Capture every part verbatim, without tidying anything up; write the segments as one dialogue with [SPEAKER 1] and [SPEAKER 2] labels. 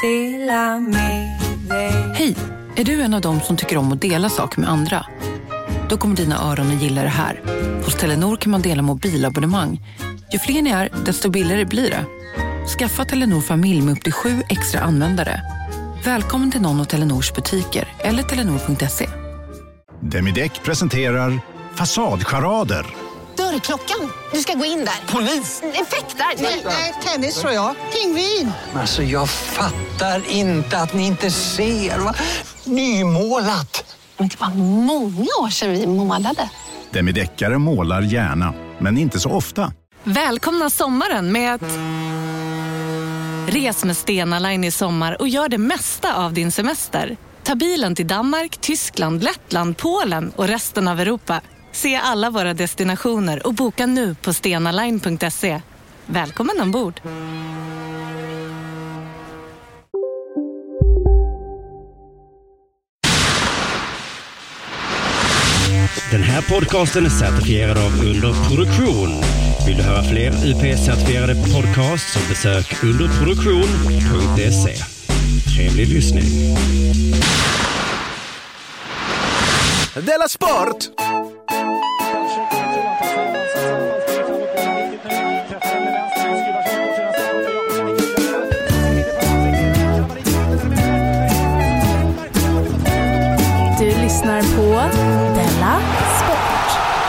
[SPEAKER 1] Hej, är du en av dem som tycker om att dela saker med andra? Då kommer dina öron att gilla det här. Hos Telenor kan man dela mobilabonnemang. Ju fler ni är, desto billigare blir det. Skaffa Telenor familj med upp till sju extra användare. Välkommen till någon av Telenors butiker eller telenor punkt se.
[SPEAKER 2] Demideck presenterar Fasadcharader.
[SPEAKER 3] Dörrklockan, du ska gå in där.
[SPEAKER 4] Polis?
[SPEAKER 3] Effektar?
[SPEAKER 4] Nej, tennis tror jag. Pingvin. Alltså jag fattar inte att ni inte ser. Va? Nymålat.
[SPEAKER 3] Men det var många år sedan vi målade.
[SPEAKER 2] Demideckare målar gärna, men inte så ofta.
[SPEAKER 5] Välkomna sommaren med att... Res med Stena Line i sommar och gör det mesta av din semester. Ta bilen till Danmark, Tyskland, Lettland, Polen och resten av Europa. Se alla våra destinationer och boka nu på stenaline punkt se. Välkommen ombord!
[SPEAKER 6] Den här podcasten är certifierad av Underproduktion. Vill du höra fler U P S-certifierade podcasts så besök underproduktion punkt se. Trevlig lyssning.
[SPEAKER 7] Della Sport!
[SPEAKER 8] Du lyssnar på Della Sport.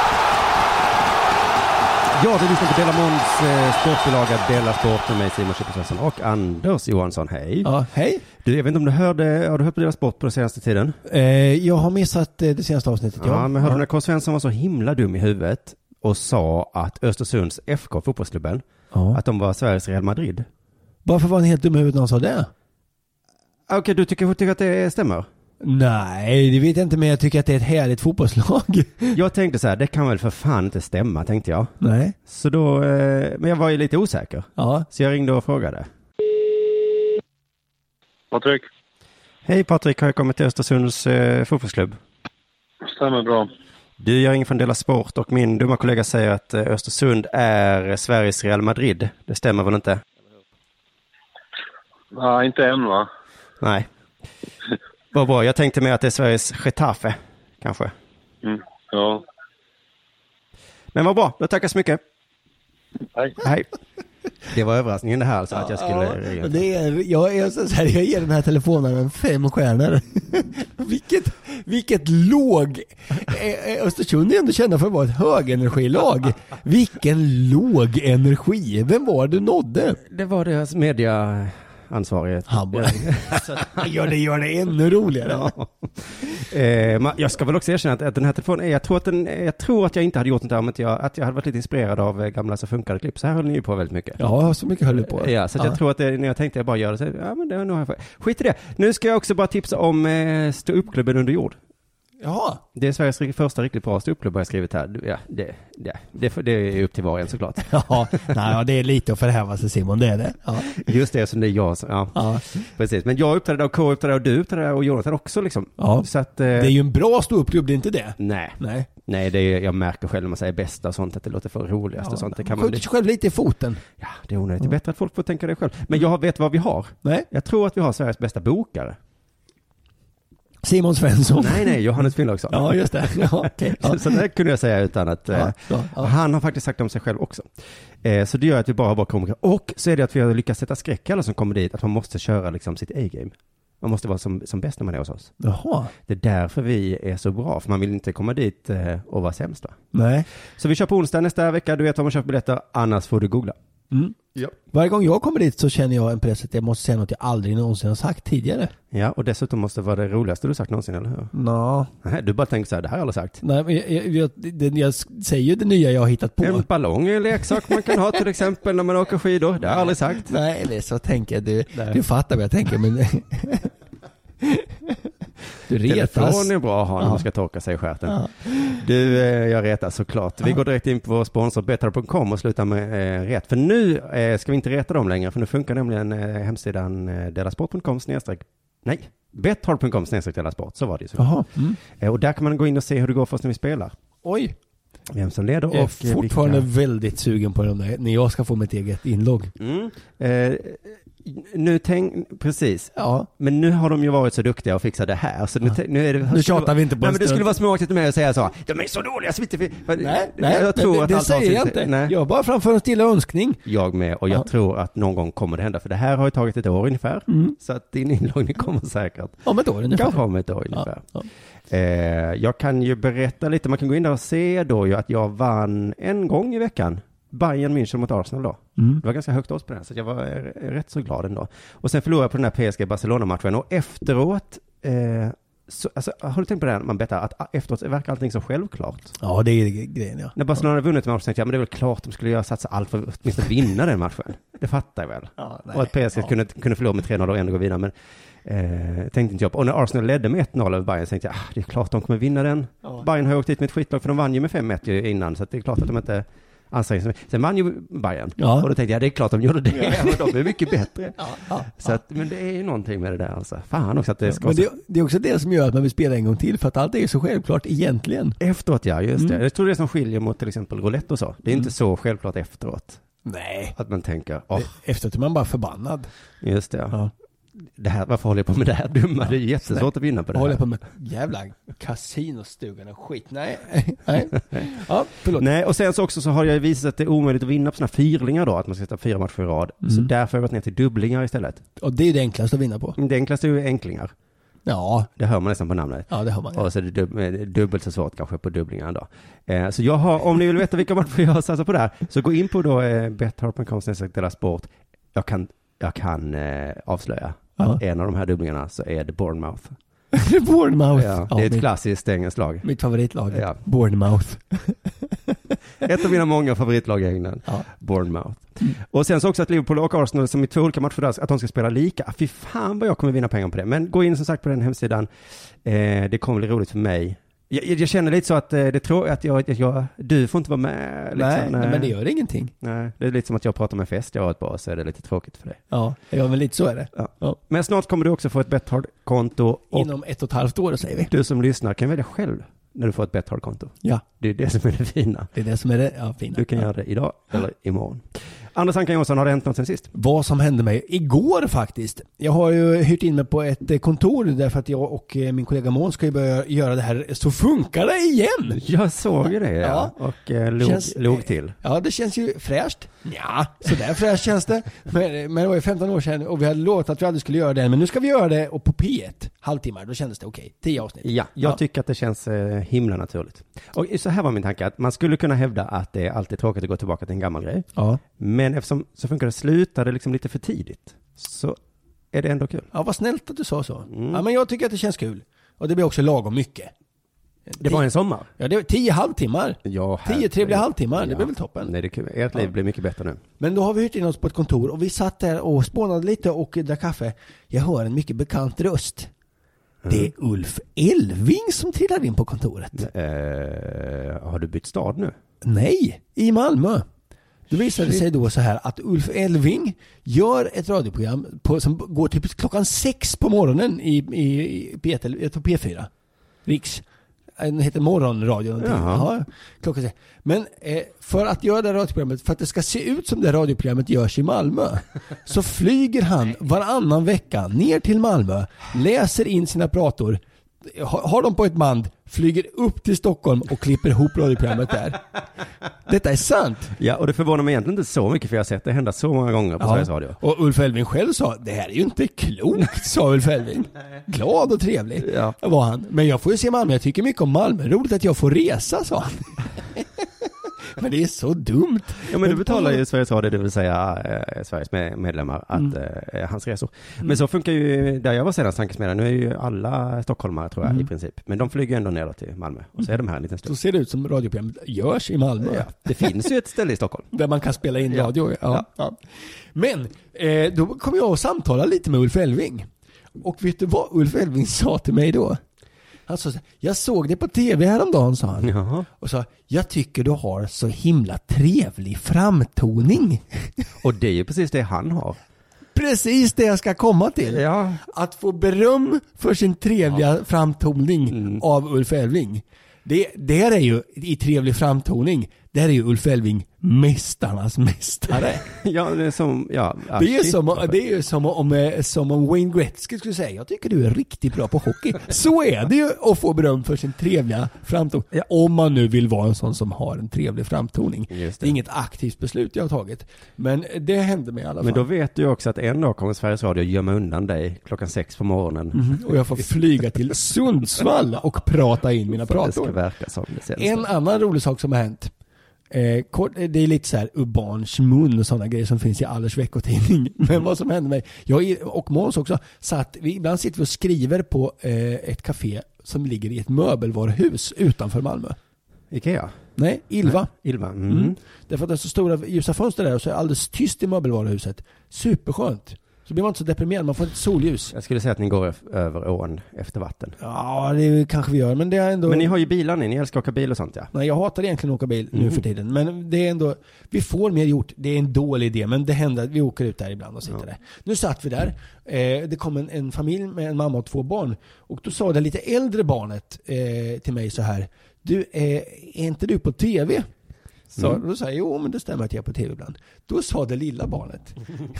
[SPEAKER 9] Ja, du lyssnar på Della Måns eh, sportbilaga Della Sport med mig Simon Schippersson och Anders Johansson. Hej.
[SPEAKER 10] Ja, hej.
[SPEAKER 9] Du, jag vet inte om du hörde, har du hört på Della Sport på den senaste tiden?
[SPEAKER 10] Eh, jag har missat eh, det senaste avsnittet, ja.
[SPEAKER 9] Ja, men hörde
[SPEAKER 10] ja.
[SPEAKER 9] du när K. Svensson var så himla dum i huvudet och sa att Östersunds F K, fotbollsklubben, ja. att de var Sveriges Real Madrid?
[SPEAKER 10] Varför var han helt dum i huvudet när han sa det?
[SPEAKER 9] Okej, okay, du tycker, tycker att det stämmer?
[SPEAKER 10] Nej, det vet jag inte, men jag tycker att det är ett härligt fotbollslag.
[SPEAKER 9] Jag tänkte så här, det kan väl för fan inte stämma, tänkte jag.
[SPEAKER 10] Nej.
[SPEAKER 9] Så då, eh, men jag var ju lite osäker.
[SPEAKER 10] Ja.
[SPEAKER 9] Så jag ringde och frågade.
[SPEAKER 11] Patrik.
[SPEAKER 9] Hej Patrik, har jag kommit till Östersunds eh, fotbollsklubb?
[SPEAKER 11] Stämmer bra.
[SPEAKER 9] Du, jag ringer från Della Sport och min dumma kollega säger att eh, Östersund är Sveriges Real Madrid. Det stämmer väl inte?
[SPEAKER 11] Nej, inte än va?
[SPEAKER 9] Nej. Vad bra, jag tänkte med att det är Sveriges Getafe, kanske.
[SPEAKER 11] Mm, ja.
[SPEAKER 9] Men vad bra, då tackar så mycket.
[SPEAKER 11] Hej.
[SPEAKER 9] Hej. Det var överraskningen det här, alltså, att jag skulle...
[SPEAKER 10] Ja, det är, jag, är så här, jag ger den här telefonen en fem stjärnor. vilket, vilket låg... Östersund är ändå kända för att vara ett högenergilag. Vilken låg energi. Vem var det du nådde?
[SPEAKER 9] Det var deras media... ansvarighet.
[SPEAKER 10] ja, det gör det ännu roligare.
[SPEAKER 9] Ja. Eh, jag ska väl också erkänna att, att den här telefonen, jag tror att, den, jag tror att jag inte hade gjort något där, men att jag, att jag hade varit lite inspirerad av gamla Så funkar det klipp. Så här höll ni ju på väldigt mycket.
[SPEAKER 10] Ja, så mycket höll du på.
[SPEAKER 9] Ja, så
[SPEAKER 10] ja.
[SPEAKER 9] jag tror att det, när jag tänkte jag bara göra det, så, ja men det, nu har jag fått. Skit i det. Nu ska jag också bara tipsa om eh, Stå upp-klubben under jord.
[SPEAKER 10] Jaha.
[SPEAKER 9] Det är Sveriges första riktigt bra ståuppklubb har jag skrivit här. Ja, det, det, det, det är upp till var och en såklart.
[SPEAKER 10] Ja, nej, det är lite att förhäva sig Simon, det är det. Ja.
[SPEAKER 9] Just det, som det är jag. Så, ja. Ja, precis. Men jag uppträdde och K uppträdde och du uppträdde och Jonathan också liksom.
[SPEAKER 10] Ja.
[SPEAKER 9] Så att, eh,
[SPEAKER 10] det är ju en bra ståuppklubb, det är inte det?
[SPEAKER 9] Nej.
[SPEAKER 10] Nej.
[SPEAKER 9] Nej, det är, jag märker själv när man säger bästa och sånt att det låter för roligast ja, och sånt. Det kan man
[SPEAKER 10] skjuter sig själv lite i foten.
[SPEAKER 9] Ja, det är onödigt. Det är bättre att folk får tänka det själv. Men jag vet vad vi har.
[SPEAKER 10] Nej.
[SPEAKER 9] Jag tror att vi har Sveriges bästa bokare.
[SPEAKER 10] Simon Svensson.
[SPEAKER 9] Nej, nej, Johannes Finnlaugsson.
[SPEAKER 10] Ja, just det. Ja, okay. Ja.
[SPEAKER 9] Så det kunde jag säga utan att...
[SPEAKER 10] Ja, ja, ja.
[SPEAKER 9] Han har faktiskt sagt om sig själv också. Eh, så det gör att vi bara har bra komiker. Och så är det att vi har lyckats sätta skräck alla som kommer dit. Att man måste köra liksom sitt A-game. Man måste vara som, som bäst när man är hos oss.
[SPEAKER 10] Jaha.
[SPEAKER 9] Det är därför vi är så bra. För man vill inte komma dit eh, och vara sämst va?
[SPEAKER 10] Nej.
[SPEAKER 9] Så vi kör på onsdag nästa vecka. Du vet vad man köper biljetter. Annars får du googla.
[SPEAKER 10] Mm. Ja. Varje gång jag kommer dit så känner jag en press att jag måste säga något jag aldrig någonsin har sagt tidigare.
[SPEAKER 9] Ja, och dessutom måste det vara det roligaste du sagt någonsin, eller hur?
[SPEAKER 10] Nå.
[SPEAKER 9] Nej, du bara tänker så här, det här har jag aldrig sagt.
[SPEAKER 10] Nej, men jag, jag, jag, det, jag säger ju det nya jag har hittat på.
[SPEAKER 9] En ballong är en leksak man kan ha till exempel när man åker skidor. Det har jag aldrig sagt.
[SPEAKER 10] Nej, det är så tänker jag. Du, du fattar vad jag tänker, men... Du retas.
[SPEAKER 9] Telefon är bra att ha när man ska torka sig i stjärten. Ja. Du, eh, jag retas såklart. Vi ja. går direkt in på vår sponsor better punkt com och slutar med eh, rätt. För nu eh, ska vi inte reta dem längre, för nu funkar nämligen eh, hemsidan eh, delasport punkt com snedstreck nej, better punkt com snedstreck delasport. Så var det ju så.
[SPEAKER 10] Jaha. Mm.
[SPEAKER 9] Eh, och där kan man gå in och se hur det går för oss när vi spelar.
[SPEAKER 10] Oj.
[SPEAKER 9] vem som leder och
[SPEAKER 10] jag är fortfarande
[SPEAKER 9] vilka...
[SPEAKER 10] väldigt sugen på dem där, när jag ska få mitt eget inlogg.
[SPEAKER 9] Mm. Eh, nu tänk, precis.
[SPEAKER 10] Ja.
[SPEAKER 9] Men nu har de ju varit så duktiga och fixat det här. Så nu,
[SPEAKER 10] ja.
[SPEAKER 9] nu, är det,
[SPEAKER 10] nu tjatar vi inte på
[SPEAKER 9] nej,
[SPEAKER 10] en
[SPEAKER 9] men det
[SPEAKER 10] stund.
[SPEAKER 9] skulle vara småaktigt med att säga så. De är så dåliga så inte...
[SPEAKER 10] Nej, nej
[SPEAKER 9] jag tror
[SPEAKER 10] det,
[SPEAKER 9] att
[SPEAKER 10] det
[SPEAKER 9] allt
[SPEAKER 10] säger jag
[SPEAKER 9] sitt,
[SPEAKER 10] inte.
[SPEAKER 9] Nej.
[SPEAKER 10] Jag bara framför en stilla önskning.
[SPEAKER 9] Jag med, och jag
[SPEAKER 10] ja.
[SPEAKER 9] tror att någon gång kommer det hända. För det här har ju tagit ett år ungefär.
[SPEAKER 10] Mm.
[SPEAKER 9] Så att din inloggning kommer säkert.
[SPEAKER 10] Om ett år ungefär.
[SPEAKER 9] Kanske om ett år ungefär.
[SPEAKER 10] Ja.
[SPEAKER 9] Ja. Eh, jag kan ju berätta lite. Man kan gå in där och se då ju att jag vann en gång i veckan. Bayern München mot Arsenal då.
[SPEAKER 10] Mm.
[SPEAKER 9] Det var ganska högt odds på den, så jag var rätt så glad ändå. Och sen förlorade jag på den här P S G-Barcelona-matchen. Och efteråt, eh, så, alltså, har du tänkt på det här, man bettar att efteråt verkar allting så självklart?
[SPEAKER 10] Ja, det är grejen, ja.
[SPEAKER 9] När Barcelona hade vunnit med matchen tänkte jag, men det är väl klart de skulle göra satsa allt för att åtminstone vinna den matchen. Det fattar jag väl.
[SPEAKER 10] Ja, nej,
[SPEAKER 9] och att P S G
[SPEAKER 10] ja.
[SPEAKER 9] kunde, kunde förlora med tre noll och ändå gå vidare, men eh, tänkte inte jag på. Och när Arsenal ledde med ett noll över Bayern tänkte jag, ah, det är klart de kommer vinna den. Ja. Bayern har ju åkt dit med ett skitlag, för de vann ju med fem ett innan, så att det är klart att de inte anstränger sig. Sen vann ju Bayern. Ja. Och då tänkte jag, det är klart de gjorde det. Ja. Men de är mycket bättre. Ja, ja, så att, men det är ju någonting med det där alltså. Fan också att det ska...
[SPEAKER 10] Men det, det är också det som gör att man vill spela en gång till, för att allt är så självklart egentligen.
[SPEAKER 9] Efteråt, ja, just det.
[SPEAKER 10] Mm.
[SPEAKER 9] Jag tror det är som skiljer mot till exempel roulette och så. Det är mm. inte så självklart efteråt.
[SPEAKER 10] Nej.
[SPEAKER 9] Att man tänker, åh.
[SPEAKER 10] Efteråt är man bara förbannad.
[SPEAKER 9] Just det, ja.
[SPEAKER 10] ja.
[SPEAKER 9] Det här, varför håller jag på med det här dumma? Det är jättesvårt att vinna på det här.
[SPEAKER 10] Håller på med jävla kasinostugan och skit. Nej. Nej. Ja, förlåt.
[SPEAKER 9] Nej, och sen så också så har jag visat att det är omöjligt att vinna på såna fyrlingar då, att man ska ta fyra matcher i rad. Mm. Så därför har jag gått ner till dubblingar istället.
[SPEAKER 10] Och det är det enklaste att vinna på.
[SPEAKER 9] Det enklaste är ju enklingar.
[SPEAKER 10] Ja.
[SPEAKER 9] Det hör man nästan på namnet.
[SPEAKER 10] Ja, det hör man. Ja.
[SPEAKER 9] Och så är det dub- dubbelt så svårt kanske på dubblingar då. Eh, så jag har, om ni vill veta vilka matcher jag har satsat på där, så gå in på då eh, betthard punkt com slash sport. Jag kan, jag kan eh, avslöja att ja. en av de här dubblingarna så är det Bournemouth.
[SPEAKER 10] Bournemouth.
[SPEAKER 9] Ja, det är ja, ett mitt, klassiskt engelskt lag.
[SPEAKER 10] Mitt favoritlag. Ja. Bournemouth.
[SPEAKER 9] Ett av mina många favoritlag i England. Ja. Bournemouth. Mm. Och sen så också att Liverpool och Arsenal som i två olika matcher där, att de ska spela lika. Fy fan vad jag kommer vinna pengar på det. Men gå in som sagt på den hemsidan. Eh, det kommer bli roligt för mig. Jag, jag känner lite så att eh, det tror att jag, att jag du får inte vara med. Liksom.
[SPEAKER 10] Nej, nej, men det gör ingenting.
[SPEAKER 9] Nej, det är lite som att jag pratar med fest jag har ett bra, så är det lite tråkigt för dig.
[SPEAKER 10] Ja, ja men lite så är det. Ja. Ja.
[SPEAKER 9] Men snart kommer du också få ett Betthard-konto.
[SPEAKER 10] Inom ett och ett halvt år, säger vi.
[SPEAKER 9] Du som lyssnar kan välja själv när du får ett Betthard-konto.
[SPEAKER 10] Ja.
[SPEAKER 9] Det är det som är det fina.
[SPEAKER 10] Det är det som är det ja, fina.
[SPEAKER 9] Du kan
[SPEAKER 10] ja.
[SPEAKER 9] göra det idag eller imorgon. Anders Ankan Jonsson, har det hänt något sen sist?
[SPEAKER 10] Vad som hände mig igår faktiskt. Jag har ju hyrt in mig på ett kontor därför att jag och min kollega Måns ska ju börja göra det här. Så funkar det igen!
[SPEAKER 9] Jag såg ju det, ja. ja. Och eh, låg, känns, låg till.
[SPEAKER 10] Ja, det känns ju fräscht. Ja, så där fräscht känns det. Men, men det var ju femton år sedan och vi hade lovat att vi aldrig skulle göra det. Men nu ska vi göra det och på P ett, halvtimmar, då kändes det okej. Okay. Tio avsnitt.
[SPEAKER 9] Ja, jag
[SPEAKER 10] ja.
[SPEAKER 9] tycker att det känns eh, himla naturligt. Och så här var min tanke, att man skulle kunna hävda att det är alltid tråkigt att gå tillbaka till en gammal grej.
[SPEAKER 10] Ja.
[SPEAKER 9] Men eftersom så funkar det, slutar det liksom lite för tidigt, så är det ändå kul.
[SPEAKER 10] Ja, vad snällt att du sa så. Mm. Ja, men jag tycker att det känns kul. Och det blir också lagom mycket.
[SPEAKER 9] Det var en sommar.
[SPEAKER 10] Ja, det var tio halvtimmar.
[SPEAKER 9] Ja,
[SPEAKER 10] tio trevliga halvtimmar,
[SPEAKER 9] ja.
[SPEAKER 10] Det blir väl toppen.
[SPEAKER 9] Nej, det är kul. Ert liv ja. blir mycket bättre nu.
[SPEAKER 10] Men då har vi hyrt in oss på ett kontor och vi satt där och spånade lite och drack kaffe. Jag hör en mycket bekant röst. Mm. Det är Ulf Elving som trillar in på kontoret.
[SPEAKER 9] Eh, har du bytt stad nu?
[SPEAKER 10] Nej, i Malmö. Då visade det sig då så här att Ulf Elving gör ett radioprogram på, som går typ klockan sex på morgonen i, i, i P ett, jag tror P fyra. Riks. Den heter Morgonradio. Ja, klockan sex. Men eh, för att göra det radioprogrammet, för att det ska se ut som det radioprogrammet görs i Malmö, så flyger han varannan vecka ner till Malmö, läser in sina prator, har dem på ett band, flyger upp till Stockholm och klipper ihop radioprogrammet där. Detta är sant.
[SPEAKER 9] Ja, och det förvånar mig egentligen inte så mycket, för jag har sett det hända så många gånger på ja. Sveriges Radio.
[SPEAKER 10] Och Ulf Elving själv sa, det här är ju inte klokt, sa Ulf Elving. Glad och trevlig ja. var han. Men jag får ju se Malmö, jag tycker mycket om Malmö. Roligt att jag får resa, sa han. Men det är så dumt.
[SPEAKER 9] Ja, men du betalar ju Sveriges Radio, det vill säga eh, Sveriges medlemmar, att mm. eh, hans resor. Mm. Men så funkar ju, där jag var sedan tankesmedlare, nu är ju alla stockholmare tror jag mm. i princip. Men de flyger ändå ner till Malmö och så är de här en liten stund.
[SPEAKER 10] Så ser det ut som radioprogrammet görs i Malmö.
[SPEAKER 9] Ja, det finns ju ett ställe i Stockholm.
[SPEAKER 10] Där man kan spela in
[SPEAKER 9] ja.
[SPEAKER 10] radio. Ja.
[SPEAKER 9] Ja.
[SPEAKER 10] Ja. Men eh, då kom jag att samtala lite med Ulf Elving. Och vet du vad Ulf Elving sa till mig då? Han sa, jag såg det på tv häromdagen, sa han.
[SPEAKER 9] Jaha.
[SPEAKER 10] Och sa, jag tycker du har så himla trevlig framtoning.
[SPEAKER 9] Och det är ju precis det han har.
[SPEAKER 10] Precis det jag ska komma till.
[SPEAKER 9] Ja.
[SPEAKER 10] Att få beröm för sin trevliga ja. framtoning
[SPEAKER 9] mm.
[SPEAKER 10] av Ulf Elving. Det, det här är ju i trevlig framtoning. Det här är ju Ulf Elving mästarnas mästare.
[SPEAKER 9] Ja, det är som, ja.
[SPEAKER 10] Det är ju som, det är ju som om, som om Wayne Gretzky skulle säga, jag tycker du är riktigt bra på hockey. Så är det ju att få beröm för sin trevliga framtoning. Ja. Om man nu vill vara en sån som har en trevlig framtoning. Det. det är inget aktivt beslut jag har tagit. Men det hände mig i alla fall.
[SPEAKER 9] Men då vet du också att en dag kommer Sveriges Radio gömma undan dig klockan sex på morgonen.
[SPEAKER 10] Mm-hmm. Och jag får flyga till Sundsvall och prata in mina prator.
[SPEAKER 9] Det ska verka som det sen.
[SPEAKER 10] En annan rolig sak som har hänt. Eh, kort, det är lite så här Urbans mun och sådana grejer som finns i Allers veckotidning. Men vad som hände mig, jag och Måns också, så att vi ibland sitter vi och skriver på eh, ett café som ligger i ett möbelvaruhus utanför Malmö.
[SPEAKER 9] Ikea?
[SPEAKER 10] Nej, Ilva.
[SPEAKER 9] Nej, Ilva. Mm.
[SPEAKER 10] Mm. Därför att det är så stora ljusa fönster där och så är det alldeles tyst i möbelvaruhuset. Superskönt. Så blir man inte så deprimerad, man får inte solljus.
[SPEAKER 9] Jag skulle säga att ni går över ån efter vatten.
[SPEAKER 10] Ja, det kanske vi gör, men det är ändå...
[SPEAKER 9] Men ni har ju bilar ni, ni älskar att åka bil och sånt, ja.
[SPEAKER 10] Nej, jag hatar egentligen att åka bil
[SPEAKER 9] mm.
[SPEAKER 10] nu för tiden. Men det är ändå, vi får mer gjort. Det är en dålig idé, men det händer att vi åker ut där ibland och sitter ja. där. Nu satt vi där, eh, det kom en, en familj med en mamma och två barn. Och då sa det lite äldre barnet eh, till mig så här: du, eh, är inte du på tv? Så mm. då sa jag, jo men det stämmer att jag är på tv ibland. Då sa det lilla barnet: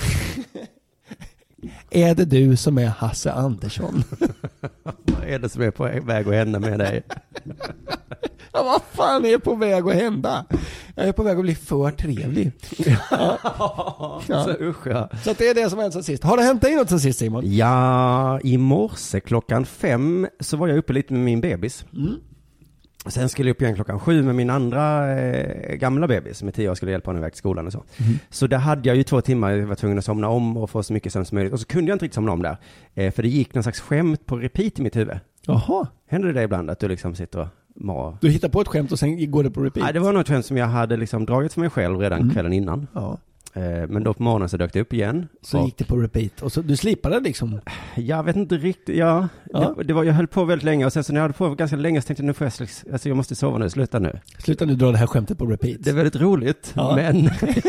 [SPEAKER 10] är det du som är Hasse Andersson?
[SPEAKER 9] Vad är det som är på väg att hända med dig?
[SPEAKER 10] Ja, vad fan är på väg att hända? Jag är på väg att bli för trevlig. Ja. Ja.
[SPEAKER 9] Så usch, ja.
[SPEAKER 10] Så att det är det som hänt sen sist. Har det hänt dig något sen sist, Simon?
[SPEAKER 9] Ja, i morse klockan fem så var jag uppe lite med min bebis.
[SPEAKER 10] Mm.
[SPEAKER 9] Sen skulle jag upp igen klockan sju med min andra eh, gamla bebis som är tio år, skulle hjälpa honom iväg till skolan och så. Mm. Så där hade jag ju två timmar, jag var tvungen att somna om och få så mycket sömn som möjligt. Och så kunde jag inte riktigt somna om där. Eh, för det gick någon slags skämt på repeat i mitt huvud.
[SPEAKER 10] Jaha.
[SPEAKER 9] Händer det ibland att du liksom sitter och mar?
[SPEAKER 10] Du hittar på ett skämt och sen går det på repeat?
[SPEAKER 9] Nej, det var något skämt som jag hade liksom dragit för mig själv redan mm. kvällen innan.
[SPEAKER 10] Ja.
[SPEAKER 9] Men då på morgonen så dök det upp igen.
[SPEAKER 10] Så och gick det på repeat. Och så du slipade liksom?
[SPEAKER 9] Jag vet inte riktigt. Ja, ja. Det, det var, jag höll på väldigt länge. Och sen så när jag hade på ganska länge så tänkte jag, nu får jag, alltså jag måste sova nu. Sluta nu.
[SPEAKER 10] Sluta nu dra det här skämtet på repeat.
[SPEAKER 9] Det är väldigt roligt. Ja. Men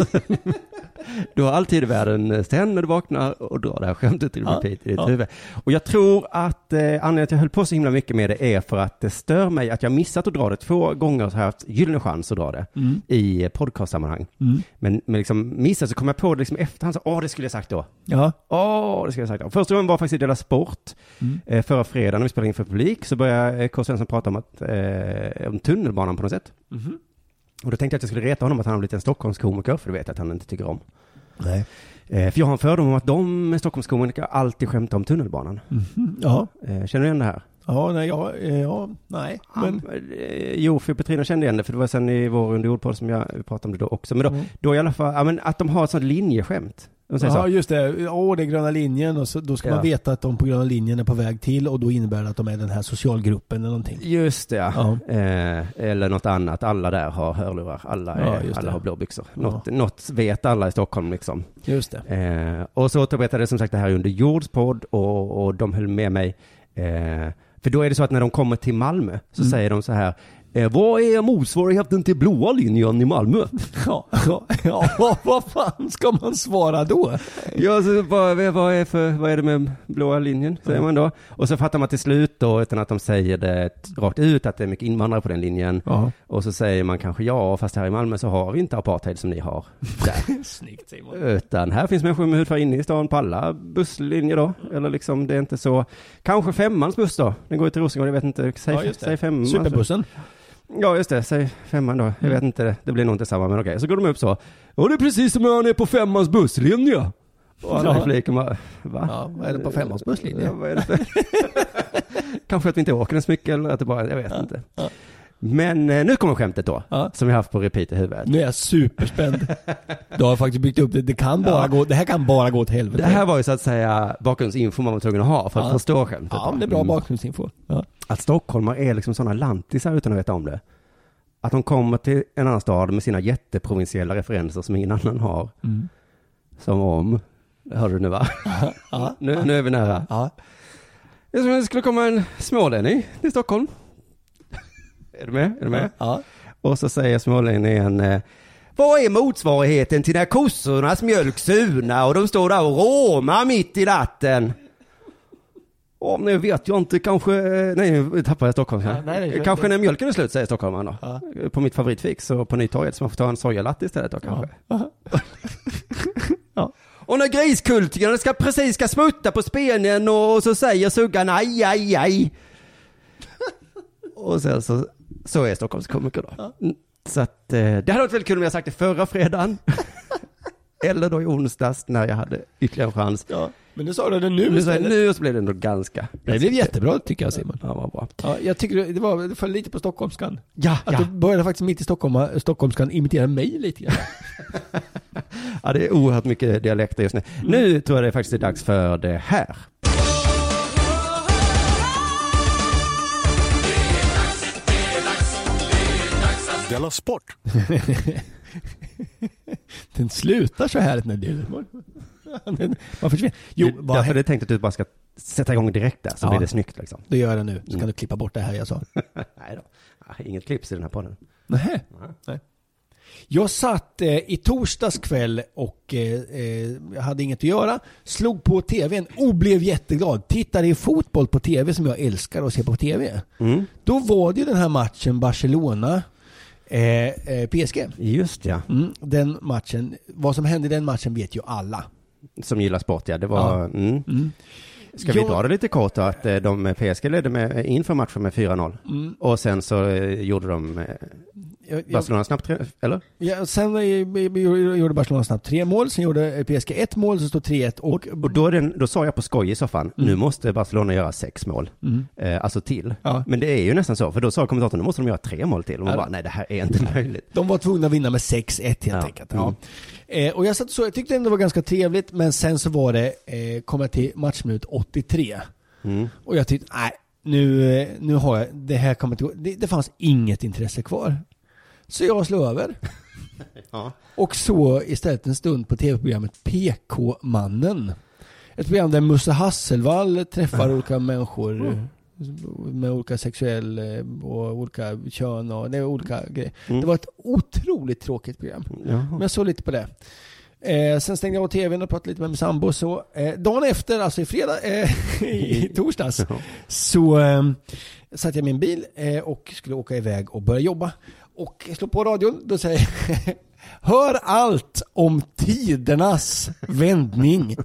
[SPEAKER 9] du har alltid i världen sen när du vaknar och drar det här skämtet i repeat ja. i ditt ja. huvud. Och jag tror att eh, anledningen att jag höll på så himla mycket med det är för att det stör mig att jag missat att dra det. Två gånger så har jag haft gyllene chans att dra det mm. i podcastsammanhang. Mm. Men, men liksom missat så kom jag på det liksom efterhand så, åh det skulle jag sagt då.
[SPEAKER 10] Ja.
[SPEAKER 9] Åh det skulle jag sagt då. Första gången var faktiskt i Dela Sport. Mm. Eh, förra fredagen när vi spelade in för publik så började eh, K. Svensson prata om, att, eh, om tunnelbanan på något sätt. Mm. Och då tänkte jag att jag skulle reta honom att han har blivit en Stockholmskomiker, för det vet jag att han inte tycker om.
[SPEAKER 10] Nej.
[SPEAKER 9] Eh, för jag har en fördom om att de med Stockholmskomiker alltid skämtar om tunnelbanan.
[SPEAKER 10] Mm. Ja.
[SPEAKER 9] Eh, känner du igen det här?
[SPEAKER 10] Ja, nej, ja, ja, nej. Men...
[SPEAKER 9] Ja, eh, jo, för Petrina kände igen det, för det var sen i vår underordpodd som jag pratade om det då också. Men då, mm. då i alla fall, ja, men att de har ett sånt linjeskämt. De
[SPEAKER 10] ja,
[SPEAKER 9] så.
[SPEAKER 10] just det. Åh, det är gröna linjen och så, då ska ja. man veta att de på gröna linjen är på väg till och då innebär det att de är den här socialgruppen eller någonting.
[SPEAKER 9] Just det, ja. Eh, eller något annat. Alla där har hörlurar. Alla, är, ja, alla har blåbyxor. Ja. Något, något vet alla i Stockholm liksom.
[SPEAKER 10] Just det.
[SPEAKER 9] Eh, och så återberättade som sagt det här under Jordspodd och, och de höll med mig. Eh, för då är det så att när de kommer till Malmö så mm. säger de så här: Eh, vad är motsvarigheten till blåa linjen i Malmö?
[SPEAKER 10] Ja, ja, ja, vad fan ska man svara då?
[SPEAKER 9] Ja, så vad, vad, är för, vad är det med blåa linjen, säger man då. Och så fattar man till slut då, utan att de säger det rakt ut, att det är mycket invandrare på den linjen. Ja. Och så säger man kanske ja, fast här i Malmö så har vi inte apartheid som ni har där.
[SPEAKER 10] Snyggt, Simon.
[SPEAKER 9] Utan här finns människor med hudfärg inne i stan på alla busslinjer då. Eller liksom, det är inte så. Kanske femmans buss då. Den går ut till Rosengård, jag vet inte. Säg, ja, säg femman.
[SPEAKER 10] Superbussen.
[SPEAKER 9] Ja, just det. Säg femman då. Jag mm. vet inte. Det, det blir nog inte samma, men okej. Så går de upp så. Och det är precis som jag är på femmans busslinje. Och alla ja. flickar bara, va?
[SPEAKER 10] Ja, vad är det på femmans busslinje?
[SPEAKER 9] Ja, vad är det för? Kanske att vi inte åker så mycket eller att det bara, jag vet ja. inte. Ja. Men eh, nu kommer skämtet då, ja. som vi har haft på repeat i huvudet.
[SPEAKER 10] Nu är jag superspänd. Du har faktiskt byggt upp det. Det, kan bara ja. gå, det här kan bara gå åt helvete.
[SPEAKER 9] Det här var ju så att säga bakgrundsinfo man var tvungen att ha för att
[SPEAKER 10] ja.
[SPEAKER 9] förstå skämtet.
[SPEAKER 10] Ja, det är bra bakgrundsinfo. Ja.
[SPEAKER 9] Att stockholmar är liksom sådana lantisar utan att veta om det. Att de kommer till en annan stad med sina jätteprovinsiella referenser som ingen annan har. Mm. Som om, hörde du nu va? Ja. nu, nu är vi nära.
[SPEAKER 10] Ja.
[SPEAKER 9] Det som skulle komma en smålänning till Stockholm. Är du med? Är du med?
[SPEAKER 10] Ja.
[SPEAKER 9] Och så säger smålänningen: eh, vad är motsvarigheten till när kossornas mjölk suna och de står där och råmar mitt i natten? Åh, nej, vet jag inte, kanske, nej, nu tappade jag Stockholm. Ja, nej, det, kanske det. När mjölken är slut, säger stockholmaren då. Ja. På mitt favoritfix och på Nytorget, så man får ta en sojalatte istället då kanske. Ja. Ja. Och när griskultingen ska precis ska smutta på spenen och så säger suggan aj, aj, aj. Och sen så, så är Stockholms komiker då. Ja. Så att, det hade varit väldigt kul om jag sagt det förra fredagen. Eller då i onsdags när jag hade ytterligare en chans. Ja,
[SPEAKER 10] men du sa det nu.
[SPEAKER 9] Nu, jag, nu så blev det ändå ganska.
[SPEAKER 10] Det blev jättebra tycker jag, Simon.
[SPEAKER 9] Ja, vad bra.
[SPEAKER 10] Ja, jag tycker det var det föll lite på stockholmskan.
[SPEAKER 9] Ja,
[SPEAKER 10] att
[SPEAKER 9] ja.
[SPEAKER 10] du började faktiskt mitt i Stockholm, stockholmskan imitera mig lite grann.
[SPEAKER 9] Ja, det är oerhört mycket dialekter just nu. Mm. Nu tror jag det är faktiskt är dags för det här.
[SPEAKER 7] Della Sport.
[SPEAKER 10] Den slutar så här när det man försvinner. Jo,
[SPEAKER 9] det, därför är det tänkt att du bara ska sätta igång direkt där, så ja, blir det snyggt liksom.
[SPEAKER 10] Det gör jag nu, så kan mm. du klippa bort det här jag sa.
[SPEAKER 9] Nej då, inget klipps i den här podden.
[SPEAKER 10] Nähä. Nej. Jag satt eh, i torsdags kväll och eh, eh, hade inget att göra. Slog på tvn och blev jätteglad. Tittade i fotboll på tv som jag älskar att se på tv. Mm. Då var det ju den här matchen Barcelona eh, eh, P S G.
[SPEAKER 9] Just ja.
[SPEAKER 10] Mm, den matchen, vad som hände i den matchen vet ju alla.
[SPEAKER 9] Som gillar sport, ja. Det var... Ja. Mm. Mm. Ska vi dra det lite kort då, att de P S G ledde med, inför matchen med fyra noll. Mm. Och sen så gjorde de... Jag, Barcelona snabbt tre, eller?
[SPEAKER 10] Ja, sen gjorde Barcelona snabbt tre mål, sen gjorde P S G ett mål, så stod tre ett. Och,
[SPEAKER 9] och då, är den, då sa jag på skoj i soffan, mm. nu måste Barcelona göra sex mål. Mm. Eh, alltså till. Ja. Men det är ju nästan så, för då sa kommentatorn, nu måste de göra tre mål till. Och man ja. bara, nej det här är inte möjligt.
[SPEAKER 10] De var tvungna att vinna med sex ett helt ja. enkelt. Ja. Mm. Eh, och jag satt så, jag tyckte ändå det var ganska trevligt, men sen så var det, eh, kom jag till matchminut åttiotre. Mm. Och jag tyckte, nej, nu, nu har jag, det här kommer inte gå. Det, det fanns inget intresse kvar. Så jag slog över. Ja. Och så istället en stund på tv-programmet P K-mannen. Ett program där Musse Hasselvall träffar uh. olika människor uh. med olika sexuell och olika kön och det är olika grejer. Mm. Det var ett otroligt tråkigt program. Uh. Men jag såg lite på det. Eh, sen stängde jag av tvn och pratade lite med min sambo. Så, eh, dagen efter, alltså i fredag, eh, i torsdags, uh. så eh, satt jag i min bil eh, och skulle åka iväg och börja jobba. Och jag slår på radion, då säger jag, hör allt om tidernas vändning.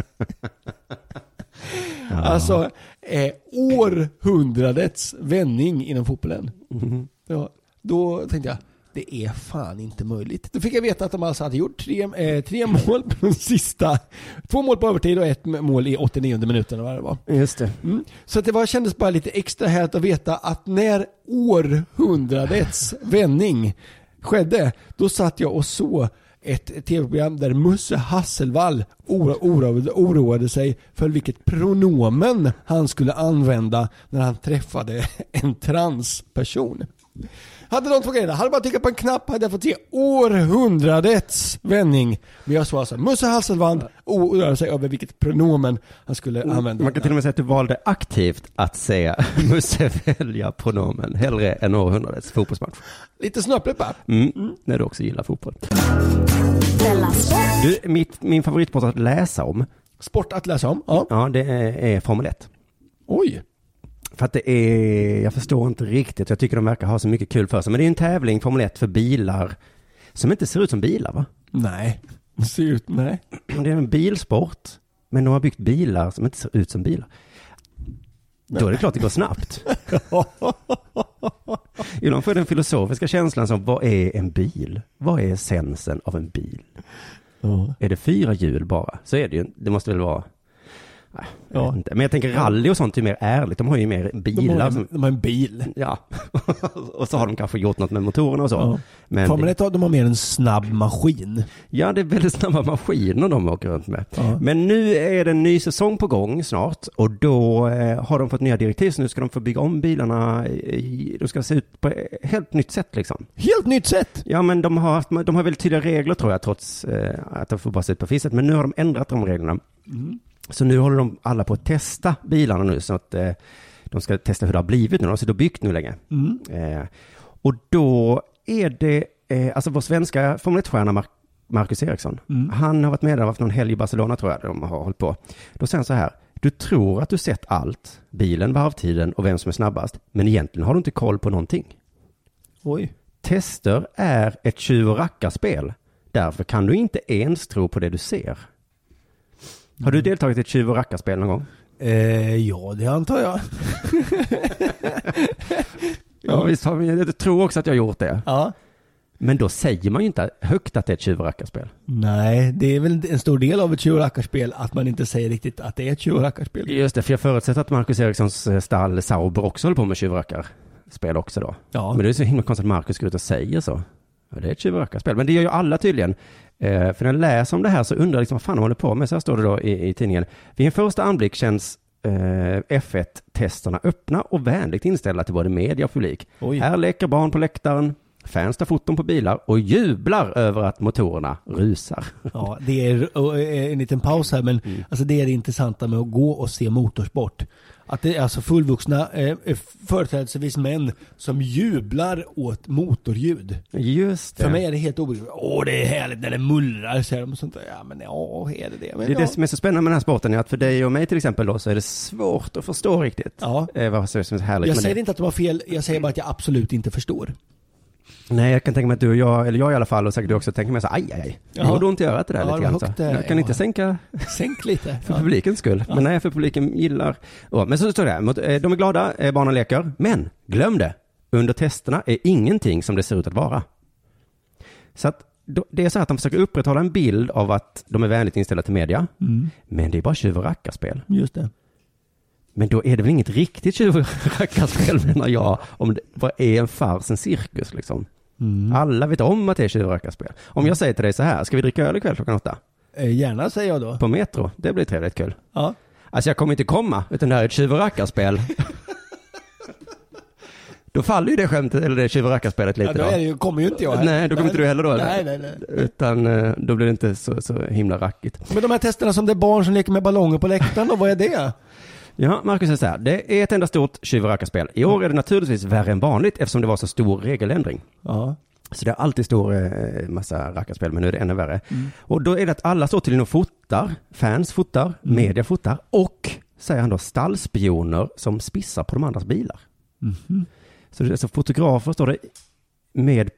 [SPEAKER 10] Ja. Alltså, eh, århundradets vändning inom fotbollen. Mm. Ja, då tänkte jag, det är fan inte möjligt. Då fick jag veta att de alltså hade gjort tre, eh, tre mål på de sista. Två mål på övertid och ett mål i åttionionde minuten. Vad det var.
[SPEAKER 9] Just det.
[SPEAKER 10] Mm. Så att det var, kändes bara lite extra här att veta att när århundradets vändning skedde, då satt jag och såg ett tv-program där Musse Hasselvall oro, oroade, oroade sig för vilket pronomen han skulle använda när han träffade en transperson. Hade de två grejerna, hade bara tryckt på en knapp hade jag fått se århundradets vändning. Men jag såg alltså Musse Hasselvall oroade sig över vilket pronomen han skulle oh, använda.
[SPEAKER 9] Man kan till och med säga att du valde aktivt att se Musse välja pronomen hellre än århundradets fotbollsmatch.
[SPEAKER 10] Lite snöpligt bara.
[SPEAKER 9] Mm, mm. När du också gillar fotboll. Du, mitt, min favoritsport att läsa om.
[SPEAKER 10] Sport att läsa om? Ja,
[SPEAKER 9] ja det är, är Formel ett.
[SPEAKER 10] Oj.
[SPEAKER 9] För att det är, jag förstår inte riktigt, jag tycker de verkar ha så mycket kul för sig. Men det är en tävling, Formel ett, för bilar som inte ser ut som bilar, va?
[SPEAKER 10] Nej, det ser ut, nej.
[SPEAKER 9] Det är en bilsport, men de har byggt bilar som inte ser ut som bilar. Nej. Då är det klart det går snabbt. Ibland får den filosofiska känslan som, vad är en bil? Vad är essensen av en bil? Oh. Är det fyra hjul bara? Så är det ju, det måste väl vara... Nej, ja. Jag inte. Men jag tänker rally och sånt är mer ärligt. De har ju mer bilar.
[SPEAKER 10] De har,
[SPEAKER 9] som...
[SPEAKER 10] de har en bil.
[SPEAKER 9] Ja. Och så har de kanske gjort något med motorerna och så.
[SPEAKER 10] Ja. Men Formel ett, de har mer en snabb maskin.
[SPEAKER 9] Ja, det är väldigt snabba maskiner de åker runt med. Ja. Men nu är det en ny säsong på gång snart. Och då eh, har de fått nya direktiv. Så nu ska de få bygga om bilarna. I, de ska se ut på ett helt nytt sätt liksom.
[SPEAKER 10] Helt nytt sätt?
[SPEAKER 9] Ja, men de har, haft, de har väldigt tydliga regler tror jag. Trots eh, att de får bara se ut på fisset. Men nu har de ändrat de reglerna. Mm. Så nu håller de alla på att testa bilarna nu så att eh, de ska testa hur det har blivit nu. De har sitter byggt nu länge. Mm. Eh, och då är det, eh, alltså vår svenska Formel ett-stjärna Mar- Marcus Eriksson. Mm. Han har varit med där, haft någon helg i Barcelona tror jag de har hållit på. Då säger han så här, Du tror att du sett allt, bilen, varvtiden och vem som är snabbast, men egentligen har du inte koll på någonting.
[SPEAKER 10] Oj.
[SPEAKER 9] Tester är ett tjuv- och rackarspel. Därför kan du inte ens tro på det du ser. Har du deltagit i ett tjuv- och rackarspel någon gång?
[SPEAKER 10] Eh, ja, det antar jag.
[SPEAKER 9] Ja, visst har vi, jag tror också att jag har gjort det.
[SPEAKER 10] Ja.
[SPEAKER 9] Men då säger man ju inte högt att det är ett tjuv- och rackarspel.
[SPEAKER 10] Nej, det är väl en stor del av ett tjuv- och rackarspel att man inte säger riktigt att det är ett tjuv- och rackarspel.
[SPEAKER 9] Just det, för jag förutsätter att Marcus Erikssons stall Sauber också håller på med tjuv- och rackarspel också då.
[SPEAKER 10] Ja.
[SPEAKER 9] Men det är så himla konstigt att Marcus går ut och säger så. Ja, det är ett tjuv- och rackarspel. Men det gör ju alla tydligen. Eh, för när jag läser om det här så undrar jag liksom vad fan de håller på med. Så här står det då i, i tidningen. Vid en första anblick känns eh, F ett-testerna öppna och vänligt inställda till både media och publik.
[SPEAKER 10] Oj.
[SPEAKER 9] Här leker barn på läktaren. Fans tar foton på bilar och jublar över att motorerna rusar.
[SPEAKER 10] Ja, det är en liten paus här, men mm. alltså det är det intressanta med att gå och se motorsport. Att det är alltså fullvuxna, eh, företrädesvis män, som jublar åt motorljud.
[SPEAKER 9] Just det.
[SPEAKER 10] För mig är det helt obegripligt. Åh, det är härligt när det mullrar, säger de och sånt där. Ja, men ja, är det det? Men,
[SPEAKER 9] det är
[SPEAKER 10] ja.
[SPEAKER 9] det som är så spännande med den här sporten, är att för dig och mig till exempel då, så är det svårt att förstå riktigt.
[SPEAKER 10] Ja.
[SPEAKER 9] Eh, vad som är så härligt
[SPEAKER 10] Jag
[SPEAKER 9] med
[SPEAKER 10] säger
[SPEAKER 9] det.
[SPEAKER 10] inte att det var fel, jag säger bara att jag absolut inte förstår.
[SPEAKER 9] Nej, jag kan tänka mig att du och jag, eller jag i alla fall, och säkert du också tänker mig så aj, aj, aj. Det har du inte görat det där
[SPEAKER 10] ja,
[SPEAKER 9] lite grann. Så.
[SPEAKER 10] Där,
[SPEAKER 9] Jag kan
[SPEAKER 10] ja.
[SPEAKER 9] inte sänka
[SPEAKER 10] Sänk lite.
[SPEAKER 9] för
[SPEAKER 10] ja.
[SPEAKER 9] publikens skull.
[SPEAKER 10] Ja.
[SPEAKER 9] Men nej, för publiken gillar. Oh, men så står det här, de är glada, barnen leker, men glöm det. Under testerna är ingenting som det ser ut att vara. Så att det är så att de försöker upprätthålla en bild av att de är vänligt inställda till media. Mm. Men det är bara tjuv- och rackarspel.
[SPEAKER 10] Just det.
[SPEAKER 9] Men då är det väl inget riktigt tjuv- och rackarspel, menar jag, om det bara är en fars, en cirkus liksom. Mm. Alla vet om att det är tjuv- och rackarspel. Om jag säger till dig så här, ska vi dricka öl ikväll klockan åtta?
[SPEAKER 10] Eh, gärna, säger jag då.
[SPEAKER 9] På Metro, det blir trevligt kul.
[SPEAKER 10] Ja.
[SPEAKER 9] Alltså jag kommer inte komma, utan det här är ett tjuv- och rackarspel. Då faller ju det skämtet, eller det tjuv- och rackarspelet lite.
[SPEAKER 10] Ja, då är det ju, kommer ju inte jag här.
[SPEAKER 9] Nej, då kommer nej, inte du heller då. Eller?
[SPEAKER 10] Nej, nej, nej.
[SPEAKER 9] Utan då blir det inte så, så himla rackigt.
[SPEAKER 10] Men de här testerna som det är barn som leker med ballonger på läktaren, då, vad är det?
[SPEAKER 9] Ja, Marcus säger så här, det är ett enda stort tjuv- och rackarspel. I år är det naturligtvis värre än vanligt eftersom det var så stor regeländring. Ja. Så det är alltid stor eh, massa rackarspel, men nu är det ännu värre. Mm. Och då är det att alla står till och fotar, fans fotar, mm. media fotar och, säger han då, stallspioner som spissar på de andras bilar. Mm. Så det är så fotografer, står det, med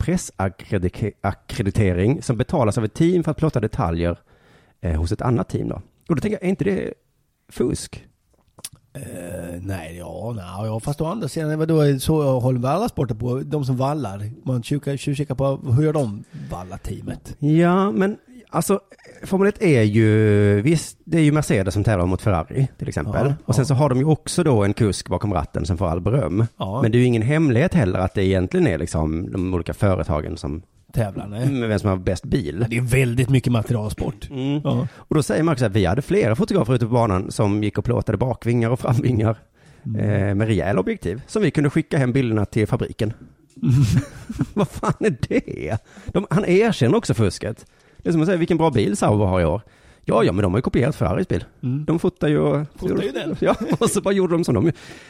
[SPEAKER 9] pressakkreditering som betalas av ett team för att plotta detaljer eh, hos ett annat team då. Och då tänker jag, är inte det fusk?
[SPEAKER 10] Uh, nej, ja, nej, ja, fast å andra sidan, vadå, så håller vi alla sporter på, de som vallar, man tjuvkikar på, hur gör de vallarteamet?
[SPEAKER 9] Ja, men alltså, Formel ett är ju, visst, det är ju Mercedes som tävlar mot Ferrari till exempel, ja, och sen ja. så har de ju också då en kusk bakom ratten som får all beröm, ja. men det är ju ingen hemlighet heller att det egentligen är liksom de olika företagen som
[SPEAKER 10] tävlar, nej.
[SPEAKER 9] Med vem som har bäst bil.
[SPEAKER 10] Ja, det är väldigt mycket materialsport.
[SPEAKER 9] Mm. Ja. Och då säger Marcus att vi hade flera fotografer ute på banan som gick och plåtade bakvingar och framvingar mm. eh, med rejäl objektiv som vi kunde skicka hem bilderna till fabriken. Mm. Vad fan är det? De, han erkänner också fusket. Det är som att säga, vilken bra bil Sauber har i år. Ja, ja, men de har ju kopierat Ferraris bil. Mm. De fotar ju...
[SPEAKER 10] Fotar ju den.
[SPEAKER 9] Ja, och så bara gjorde de som de...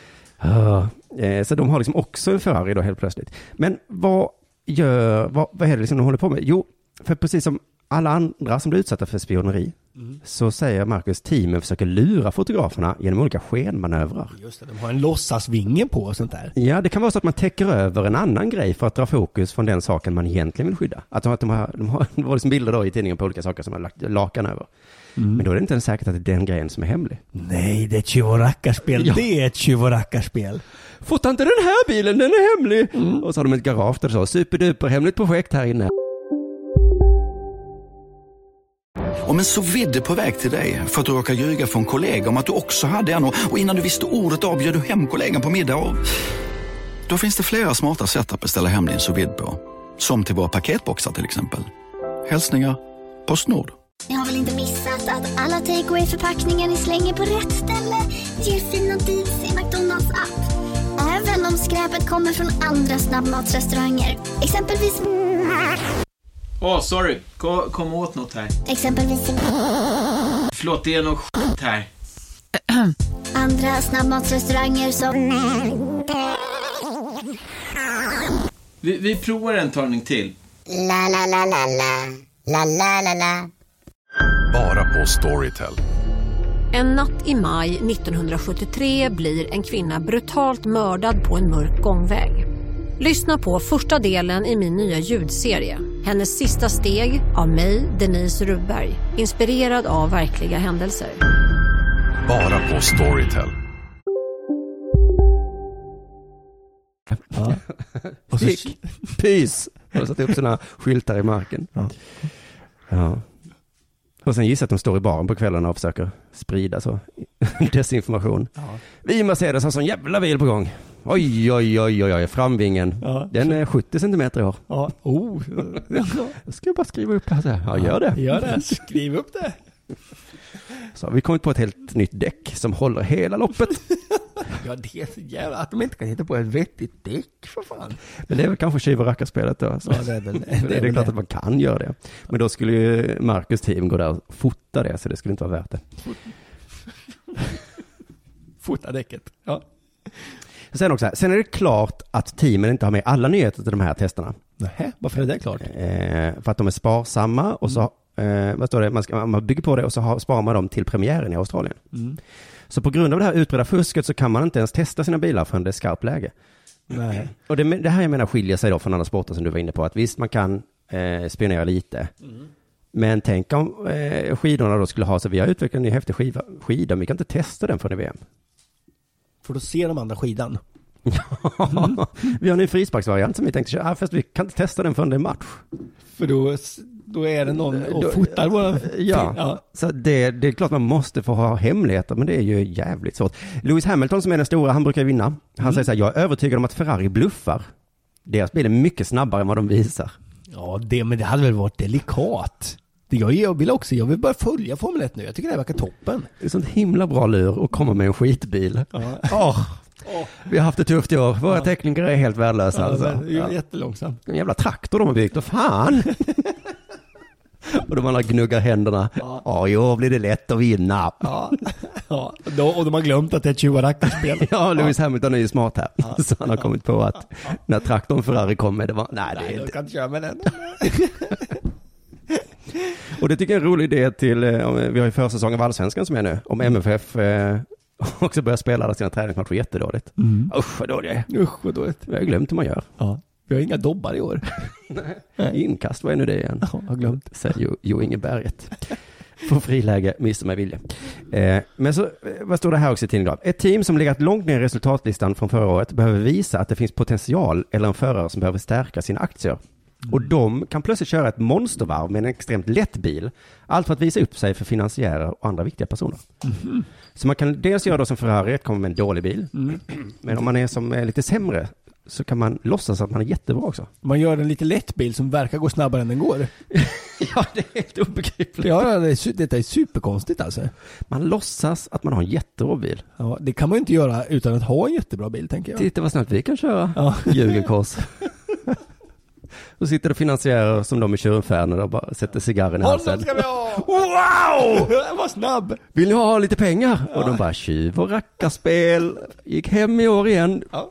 [SPEAKER 9] Uh, eh, så de har liksom också en Ferrari då helt plötsligt. Men vad gör... Vad, vad är det liksom de håller på med? Jo, för precis som alla andra som blir utsatta för spioneri mm. så säger Marcus, teamen försöker lura fotograferna genom olika skenmanövrar.
[SPEAKER 10] Just det, de har en låtsasvinge på och sånt där.
[SPEAKER 9] Ja, det kan vara så att man täcker över en annan grej för att dra fokus från den saken man egentligen vill skydda. Att de, att de har, de har, det var liksom bilder då i tidningen på olika saker som man har lagt lakan över. Mm. Men då är det inte ens säkert att det är den grejen som är hemlig.
[SPEAKER 10] Nej, det är ett tjuv- och rackarspel. Ja. Det är ett tjuv- och rackarspel.
[SPEAKER 9] Fota inte den här bilen, den är hemlig. Mm. Och så har de ett garage där det så, superduper hemligt projekt här inne.
[SPEAKER 12] Om en så vidde på väg till dig för att du råkar ljuga för en kollega om att du också hade en, och innan du visste ordet av bjöd du hem kollegan på middag och... Då finns det flera smarta sätt att beställa hem din sous vide på. Som till våra paketboxar till exempel. Hälsningar Postnord.
[SPEAKER 13] Ni har väl inte missat att alla takeaway-förpackningar ni slänger på rätt ställe ger fina deals i McDonalds app. Även om skräpet kommer från andra snabbmatsrestauranger. Exempelvis...
[SPEAKER 14] Åh, oh, sorry. Kom, kom åt något här.
[SPEAKER 13] Exempelvis...
[SPEAKER 14] Förlåt, det är något skit här.
[SPEAKER 13] Andra snabbmatsrestauranger som...
[SPEAKER 14] Vi, vi provar en talning till.
[SPEAKER 13] La la la la la. La la la la.
[SPEAKER 7] Bara på Storytel.
[SPEAKER 15] En natt i maj nittonhundrasjuttiotre blir en kvinna brutalt mördad på en mörk gångväg. Lyssna på första delen i min nya ljudserie. Hennes sista steg av mig, Denise Rubberg. Inspirerad av verkliga händelser.
[SPEAKER 7] Bara på Storytel.
[SPEAKER 9] Ja. Och så pys. Och satt upp såna skyltar i marken. Ja. Ja. Och sen gissar att de står i baren på kvällarna och försöker sprida så desinformation. Ja. Vi Mercedes har sån jävla bil på gång. Oj, oj, oj, oj, oj. Framvingen. Ja. Den är sjuttio centimeter i år. Ja. Oh. Jag ska bara skriva upp det här. Ja, gör det.
[SPEAKER 10] Gör det. Skriv upp det.
[SPEAKER 9] Så vi kommit på ett helt nytt däck som håller hela loppet.
[SPEAKER 10] Ja, det är så jävla att de inte kan hitta på ett vettigt däck, för fan.
[SPEAKER 9] Men det är väl kanske tjuv- och rackarspelet då. Så.
[SPEAKER 10] Ja, det är väl det.
[SPEAKER 9] Det är, det är klart det. Att man kan göra det. Men då skulle ju Marcus team gå där och fota det, så det skulle inte vara värt det.
[SPEAKER 10] Fota däcket, ja.
[SPEAKER 9] Sen också här, sen är det klart att teamen inte har med alla nyheter till de här testerna.
[SPEAKER 10] Nej, varför är det klart?
[SPEAKER 9] Eh, för att de är sparsamma och så eh, vad står det? Man, ska, man bygger på det och så har, sparar man dem till premiären i Australien. Mm. Så på grund av det här utbredda fusket så kan man inte ens testa sina bilar förrän det är skarpt läge.
[SPEAKER 10] Nej.
[SPEAKER 9] Och det, det här jag menar skiljer sig då från andra sporter som du var inne på. Att visst, man kan eh, spionera lite. Mm. Men tänk om eh, skidorna då skulle ha så vi har utvecklat en ny häftig skiva, skida, men vi kan inte testa den för i V M.
[SPEAKER 10] För då ser de andra skidan.
[SPEAKER 9] Ja, mm. Vi har en ny frisparksvariant som vi tänkte köra, fast vi kan inte testa den förrän det är match.
[SPEAKER 10] För då, då är det någon och då, fotar våra...
[SPEAKER 9] Ja, ja. Så det, det är klart man måste få ha hemligheter, men det är ju jävligt svårt. Lewis Hamilton som är den stora, han brukar vinna. Han mm. säger så här, jag är övertygad om att Ferrari bluffar. Deras bil är mycket snabbare än vad de visar.
[SPEAKER 10] Ja, det, men det hade väl varit delikat. Det jag, jag vill också, jag vill bara följa Formel ett nu. Jag tycker det verkar toppen.
[SPEAKER 9] Det är sånt himla bra lur att komma med en skitbil. Ja. Oh. Oh. Vi har haft det tufft i år. Våra ja. tekniker är helt värdelösa.
[SPEAKER 10] Ja,
[SPEAKER 9] alltså.
[SPEAKER 10] Det är ja. jättelångsamt.
[SPEAKER 9] En jävla traktor de har byggt. Och fan! Och de andra gnuggar händerna. Ja, ja jo, blir det lätt att vinna.
[SPEAKER 10] Ja, ja. Då, och de har glömt att det är ett tjuvarackarspel.
[SPEAKER 9] Ja, Lewis ja. Hamilton är ju smart här. Ja. Så han har kommit på att när traktorn Ferrari kom med det var... Nej, det är
[SPEAKER 10] nej,
[SPEAKER 9] inte...
[SPEAKER 10] kan inte köra med den.
[SPEAKER 9] Och det tycker jag är en rolig idé till... Vi har ju försäsong av Allsvenskan som är nu. Om M F F... Eh, också börjar spela alla sina träningsmatcher jättedåligt. Mm. Usch vad dåligt.
[SPEAKER 10] Usch vad dåligt.
[SPEAKER 9] Jag har glömt hur man gör.
[SPEAKER 10] Ja. Vi har inga dobbar i år.
[SPEAKER 9] Nej. Inkast, vad är nu det igen?
[SPEAKER 10] Ja, jag har glömt.
[SPEAKER 9] Säger Jo, jo Ingeberget. Får friläge, missar mig vilja. Eh, men så, vad står det här också i tidningen då? Ett team som legat långt ner i resultatlistan från förra året behöver visa att det finns potential eller en förare som behöver stärka sina aktier. Mm. Och de kan plötsligt köra ett monstervarv med en extremt lätt bil. Allt för att visa upp sig för finansiärer och andra viktiga personer. Mm. Så man kan dels göra då som Ferrari, komma med en dålig bil. Mm. Men om man är som är lite sämre så kan man låtsas att man är jättebra också.
[SPEAKER 10] Man gör en lite lätt bil som verkar gå snabbare än den går.
[SPEAKER 9] Ja, det är helt obegripligt.
[SPEAKER 10] Ja, det är, detta är superkonstigt alltså.
[SPEAKER 9] Man låtsas att man har en jättebra bil.
[SPEAKER 10] Ja, det kan man ju inte göra utan att ha en jättebra bil, tänker jag.
[SPEAKER 9] Titta vad snabbt vi kan köra. Ja. Ljugerkors. Och sitter det finansiärer som de i tjurfärner och bara sätter cigarren i halsen.
[SPEAKER 10] Ska vi ha!
[SPEAKER 9] Wow!
[SPEAKER 10] Vad snabb!
[SPEAKER 9] Vill ni ha lite pengar? Ja. Och de bara, tjuv och rackarspel. Gick hem i år igen. Ja.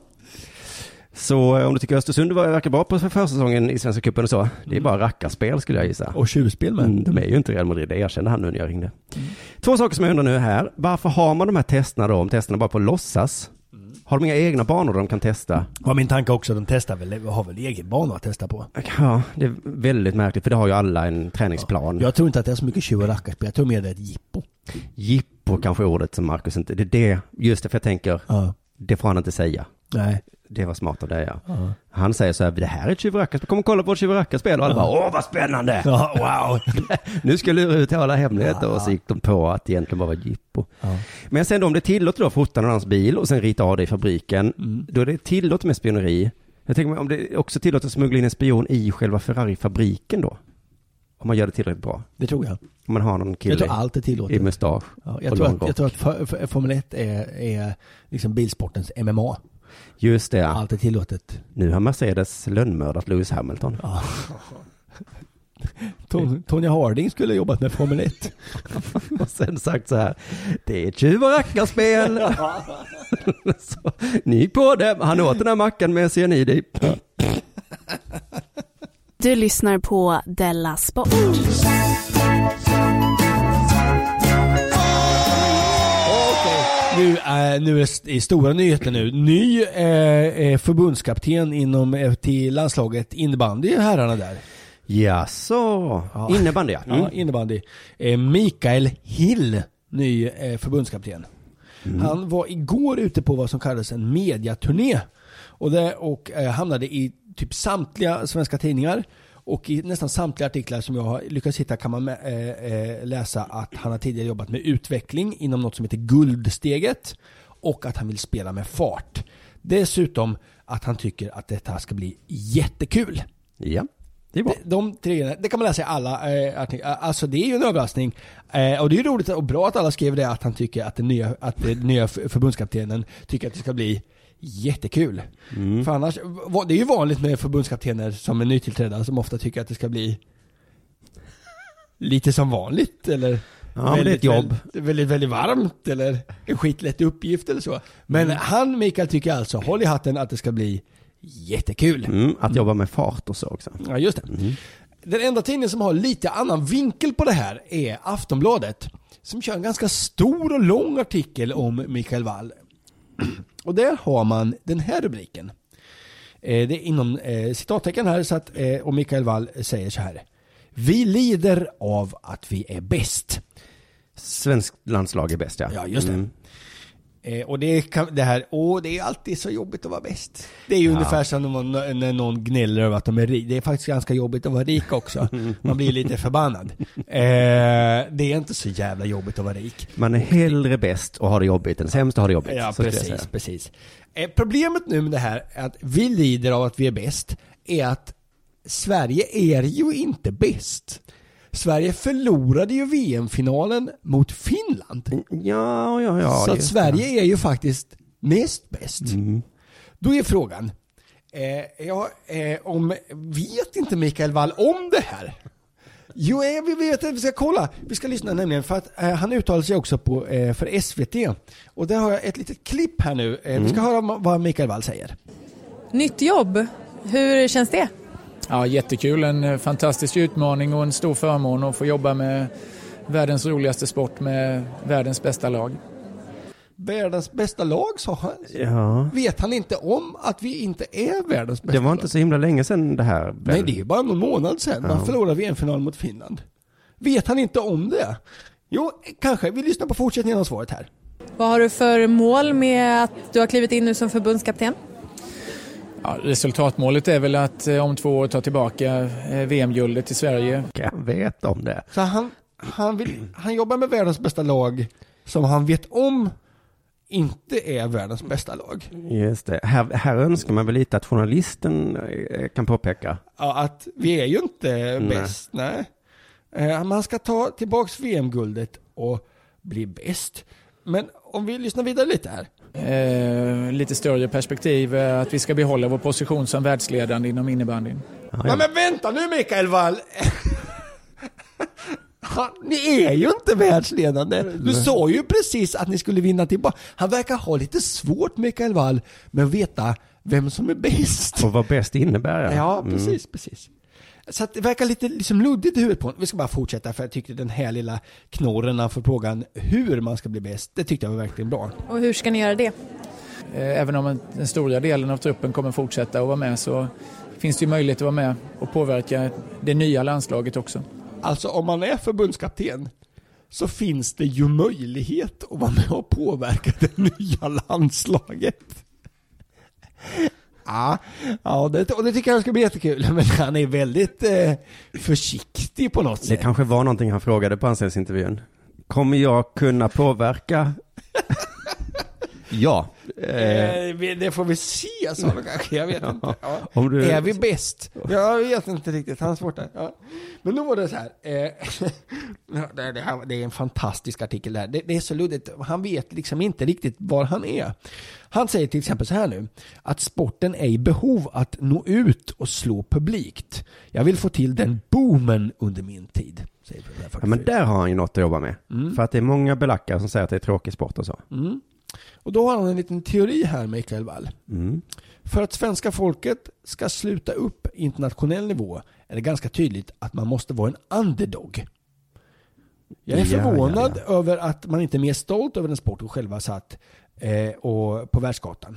[SPEAKER 9] Så om du tycker Östersund verkar bra på försäsongen i Svenska cupen och så. Det är bara rackarspel skulle jag gissa.
[SPEAKER 10] Och tjuvspel med.
[SPEAKER 9] Mm, de är ju inte Real Madrid, det erkände han nu när jag ringde. Mm. Två saker som jag undrar nu här. Varför har man de här testerna då? Om testerna bara på låtsas. Mm. Har de inga egna banor de kan testa?
[SPEAKER 10] Ja, min tanke också, de testar väl, har väl egen bana att testa på.
[SPEAKER 9] Ja, det är väldigt märkligt för det har ju alla en träningsplan.
[SPEAKER 10] Ja. Jag tror inte att det är så mycket tjuv och rackarspel. Jag tror mer det är ett jippo.
[SPEAKER 9] Jippo kanske ordet som Marcus inte... Det är det, just det, för jag tänker, ja. Det får han inte säga.
[SPEAKER 10] Nej.
[SPEAKER 9] Det var smart av dig, ja. Uh-huh. Han säger så här, det här är ett tjuvrackarspel. Kom och kolla på ett tjuvrackarspel. Och alla uh-huh. bara, åh vad spännande.
[SPEAKER 10] Uh-huh. Wow.
[SPEAKER 9] Nu ska jag lura ut alla hemligheter. Uh-huh. Och så gick de på att det egentligen bara var jippo. Uh-huh. Men sen då, om det tillåter då fota någon annans bil och sen rita av det i fabriken. Mm. Då är det tillåtet med spioneri. Jag tänker om det också tillåter att smuggla in en spion i själva Ferrari-fabriken då. Om man gör det tillräckligt bra.
[SPEAKER 10] Det tror jag.
[SPEAKER 9] Om man har någon kille
[SPEAKER 10] jag tror allt är tillåtet.
[SPEAKER 9] I mustasch.
[SPEAKER 10] Ja, jag, tror att, jag tror att för, för, Formel ett är, är liksom bilsportens M M A.
[SPEAKER 9] Just det.
[SPEAKER 10] Allt är tillåtet.
[SPEAKER 9] Nu har Mercedes lönnmördat Lewis Hamilton.
[SPEAKER 10] Ja. Tonya Harding skulle jobbat med Formel ett.
[SPEAKER 9] Och sen sagt så här, det är ett tjuv- och rackarspel. Så, ni på det. Han åt den här mackan med cyanid i.
[SPEAKER 8] Du lyssnar på Della Sport.
[SPEAKER 10] Nu, äh, nu är det stora nyheter nu. Ny äh, förbundskapten inom äh, till landslaget innebandy, herrarna där.
[SPEAKER 9] Ja, så ja. Innebandy. Ja,
[SPEAKER 10] mm. ja innebandy. Äh, Mikael Hill, ny äh, förbundskapten. Mm. Han var igår ute på vad som kallades en mediaturné och, det, och äh, hamnade i typ samtliga svenska tidningar. Och i nästan samtliga artiklar som jag har lyckats hitta kan man äh, äh, läsa att han har tidigare jobbat med utveckling inom något som heter Guldsteget och att han vill spela med fart. Dessutom att han tycker att detta ska bli jättekul.
[SPEAKER 9] Ja, det är bra.
[SPEAKER 10] De, de tre, det kan man läsa i alla äh, artiklar. Alltså det är ju en överraskning. Äh, och det är ju roligt och bra att alla skrev det, att han tycker att den nya, att den nya förbundskaptenen tycker att det ska bli jättekul. Mm. För annars, det är ju vanligt med förbundskaptener som är nytillträdda som ofta tycker att det ska bli lite som vanligt eller
[SPEAKER 9] ja, väldigt, ett jobb.
[SPEAKER 10] Väldigt, väldigt, väldigt varmt eller en skitlätt uppgift eller så. Men mm. han, Mikael, tycker alltså, håll i hatten att det ska bli jättekul.
[SPEAKER 9] Mm, att jobba med fart och så också.
[SPEAKER 10] Ja, just det. Mm. Den enda tidningen som har lite annan vinkel på det här är Aftonbladet, som kör en ganska stor och lång artikel om Mikael Wall. Och där har man den här rubriken. Eh, det är inom eh, citattecken här, så att, eh, och Mikael Wall säger så här: vi lider av att vi är bäst.
[SPEAKER 9] Svensk landslag är bäst, ja.
[SPEAKER 10] Ja, just det.
[SPEAKER 9] Mm.
[SPEAKER 10] Eh, och det, kan, det här, åh, det är alltid så jobbigt att vara bäst. Det är ju ja. ungefär som när, man, när någon gnäller över att de är rik. Det är faktiskt ganska jobbigt att vara rik också. Man blir lite förbannad. Eh, det är inte så jävla jobbigt att vara rik.
[SPEAKER 9] Man är hellre bäst och har det jobbigt än sämst och har det jobbigt.
[SPEAKER 10] Ja, precis, precis. Eh, problemet nu med det här är att vi lider av att vi är bäst är att Sverige är ju inte bäst. Sverige förlorade ju V M-finalen mot Finland.
[SPEAKER 9] Ja, ja, ja.
[SPEAKER 10] Så att Sverige det. är ju faktiskt näst bäst. Mm. Då är frågan, eh, ja, eh, om vet inte Mikael Wall om det här? Jo, eh, vi vet att vi ska kolla. Vi ska lyssna nämligen för att eh, han uttalar sig också på, eh, för S V T. Och där har jag ett litet klipp här nu. Eh, mm. Vi ska höra vad Mikael Wall säger.
[SPEAKER 16] Nytt jobb. Hur känns det?
[SPEAKER 17] Ja, jättekul. En fantastisk utmaning och en stor förmån att få jobba med världens roligaste sport med världens bästa lag.
[SPEAKER 10] Världens bästa lag, sa han.
[SPEAKER 9] Ja.
[SPEAKER 10] Vet han inte om att vi inte är världens bästa lag?
[SPEAKER 9] Det var inte så himla länge sedan det här.
[SPEAKER 10] Nej, det är bara någon månad sedan. Ja. Man förlorade V M-final mot Finland. Vet han inte om det? Jo, kanske. Vi lyssnar på fortsättningen av svaret här.
[SPEAKER 16] Vad har du för mål med att du har klivit in nu som förbundskapten?
[SPEAKER 17] Ja, resultatmålet är väl att eh, om två år ta tillbaka eh, V M-guldet till Sverige.
[SPEAKER 9] Jag vet om det.
[SPEAKER 10] Så han, han, vill, han jobbar med världens bästa lag som han vet om inte är världens bästa lag.
[SPEAKER 9] Just det. Här, här önskar man väl lite att journalisten kan påpeka.
[SPEAKER 10] Ja, att vi är ju inte bäst. Nej. Eh, man ska ta tillbaks V M-guldet och bli bäst. Men om vi lyssnar vidare lite här.
[SPEAKER 17] Eh, lite större perspektiv är att vi ska behålla vår position som världsledande inom innebandyn.
[SPEAKER 10] Ja, ja. Men vänta nu, Mikael Wall. Ni är ju inte världsledande. Du sa ju precis att ni skulle vinna tillbaka. Han verkar ha lite svårt, Mikael Wall, men veta vem som är bäst.
[SPEAKER 9] Och vad bäst innebär. Ja,
[SPEAKER 10] ja precis, mm. precis. Så att det verkar lite liksom luddigt i huvudet på honom. Vi ska bara fortsätta, för jag tyckte den här lilla knorren för frågan hur man ska bli bäst, det tyckte jag var verkligen bra.
[SPEAKER 16] Och hur ska ni göra det?
[SPEAKER 17] Även om den stora delen av truppen kommer fortsätta att vara med, så finns det ju möjlighet att vara med och påverka det nya landslaget också.
[SPEAKER 10] Alltså om man är förbundskapten så finns det ju möjlighet att vara med och påverka det nya landslaget. Ja, ja det, och det tycker jag ska bli jättekul. Men han är väldigt eh, försiktig på något sätt.
[SPEAKER 9] Det kanske var någonting han frågade på anställningsintervjun. Kommer jag kunna påverka? Ja.
[SPEAKER 10] Eh, det får vi se, så kanske. Jag vet ja, inte. Ja.
[SPEAKER 9] Om du...
[SPEAKER 10] Är vi bäst? Jag vet inte riktigt. Han är svårt där. Ja. Men då var det så här. Eh, det, här det är en fantastisk artikel där. Det, det är så luddigt. Han vet liksom inte riktigt var han är. Han säger till exempel så här nu. Att sporten är i behov att nå ut och slå publikt. Jag vill få till den boomen under min tid.
[SPEAKER 9] Ja, men där har han ju något att jobba med. Mm. För att det är många belackare som säger att det är tråkig sport och så.
[SPEAKER 10] Mm. Och då har han en liten teori här, Mikael Wall.
[SPEAKER 9] Mm.
[SPEAKER 10] För att svenska folket ska sluta upp internationell nivå är det ganska tydligt att man måste vara en underdog. Jag är
[SPEAKER 9] Ja,
[SPEAKER 10] förvånad
[SPEAKER 9] ja,
[SPEAKER 10] över att man inte är mer stolt över den sport och själva satt eh, och på världsgatan.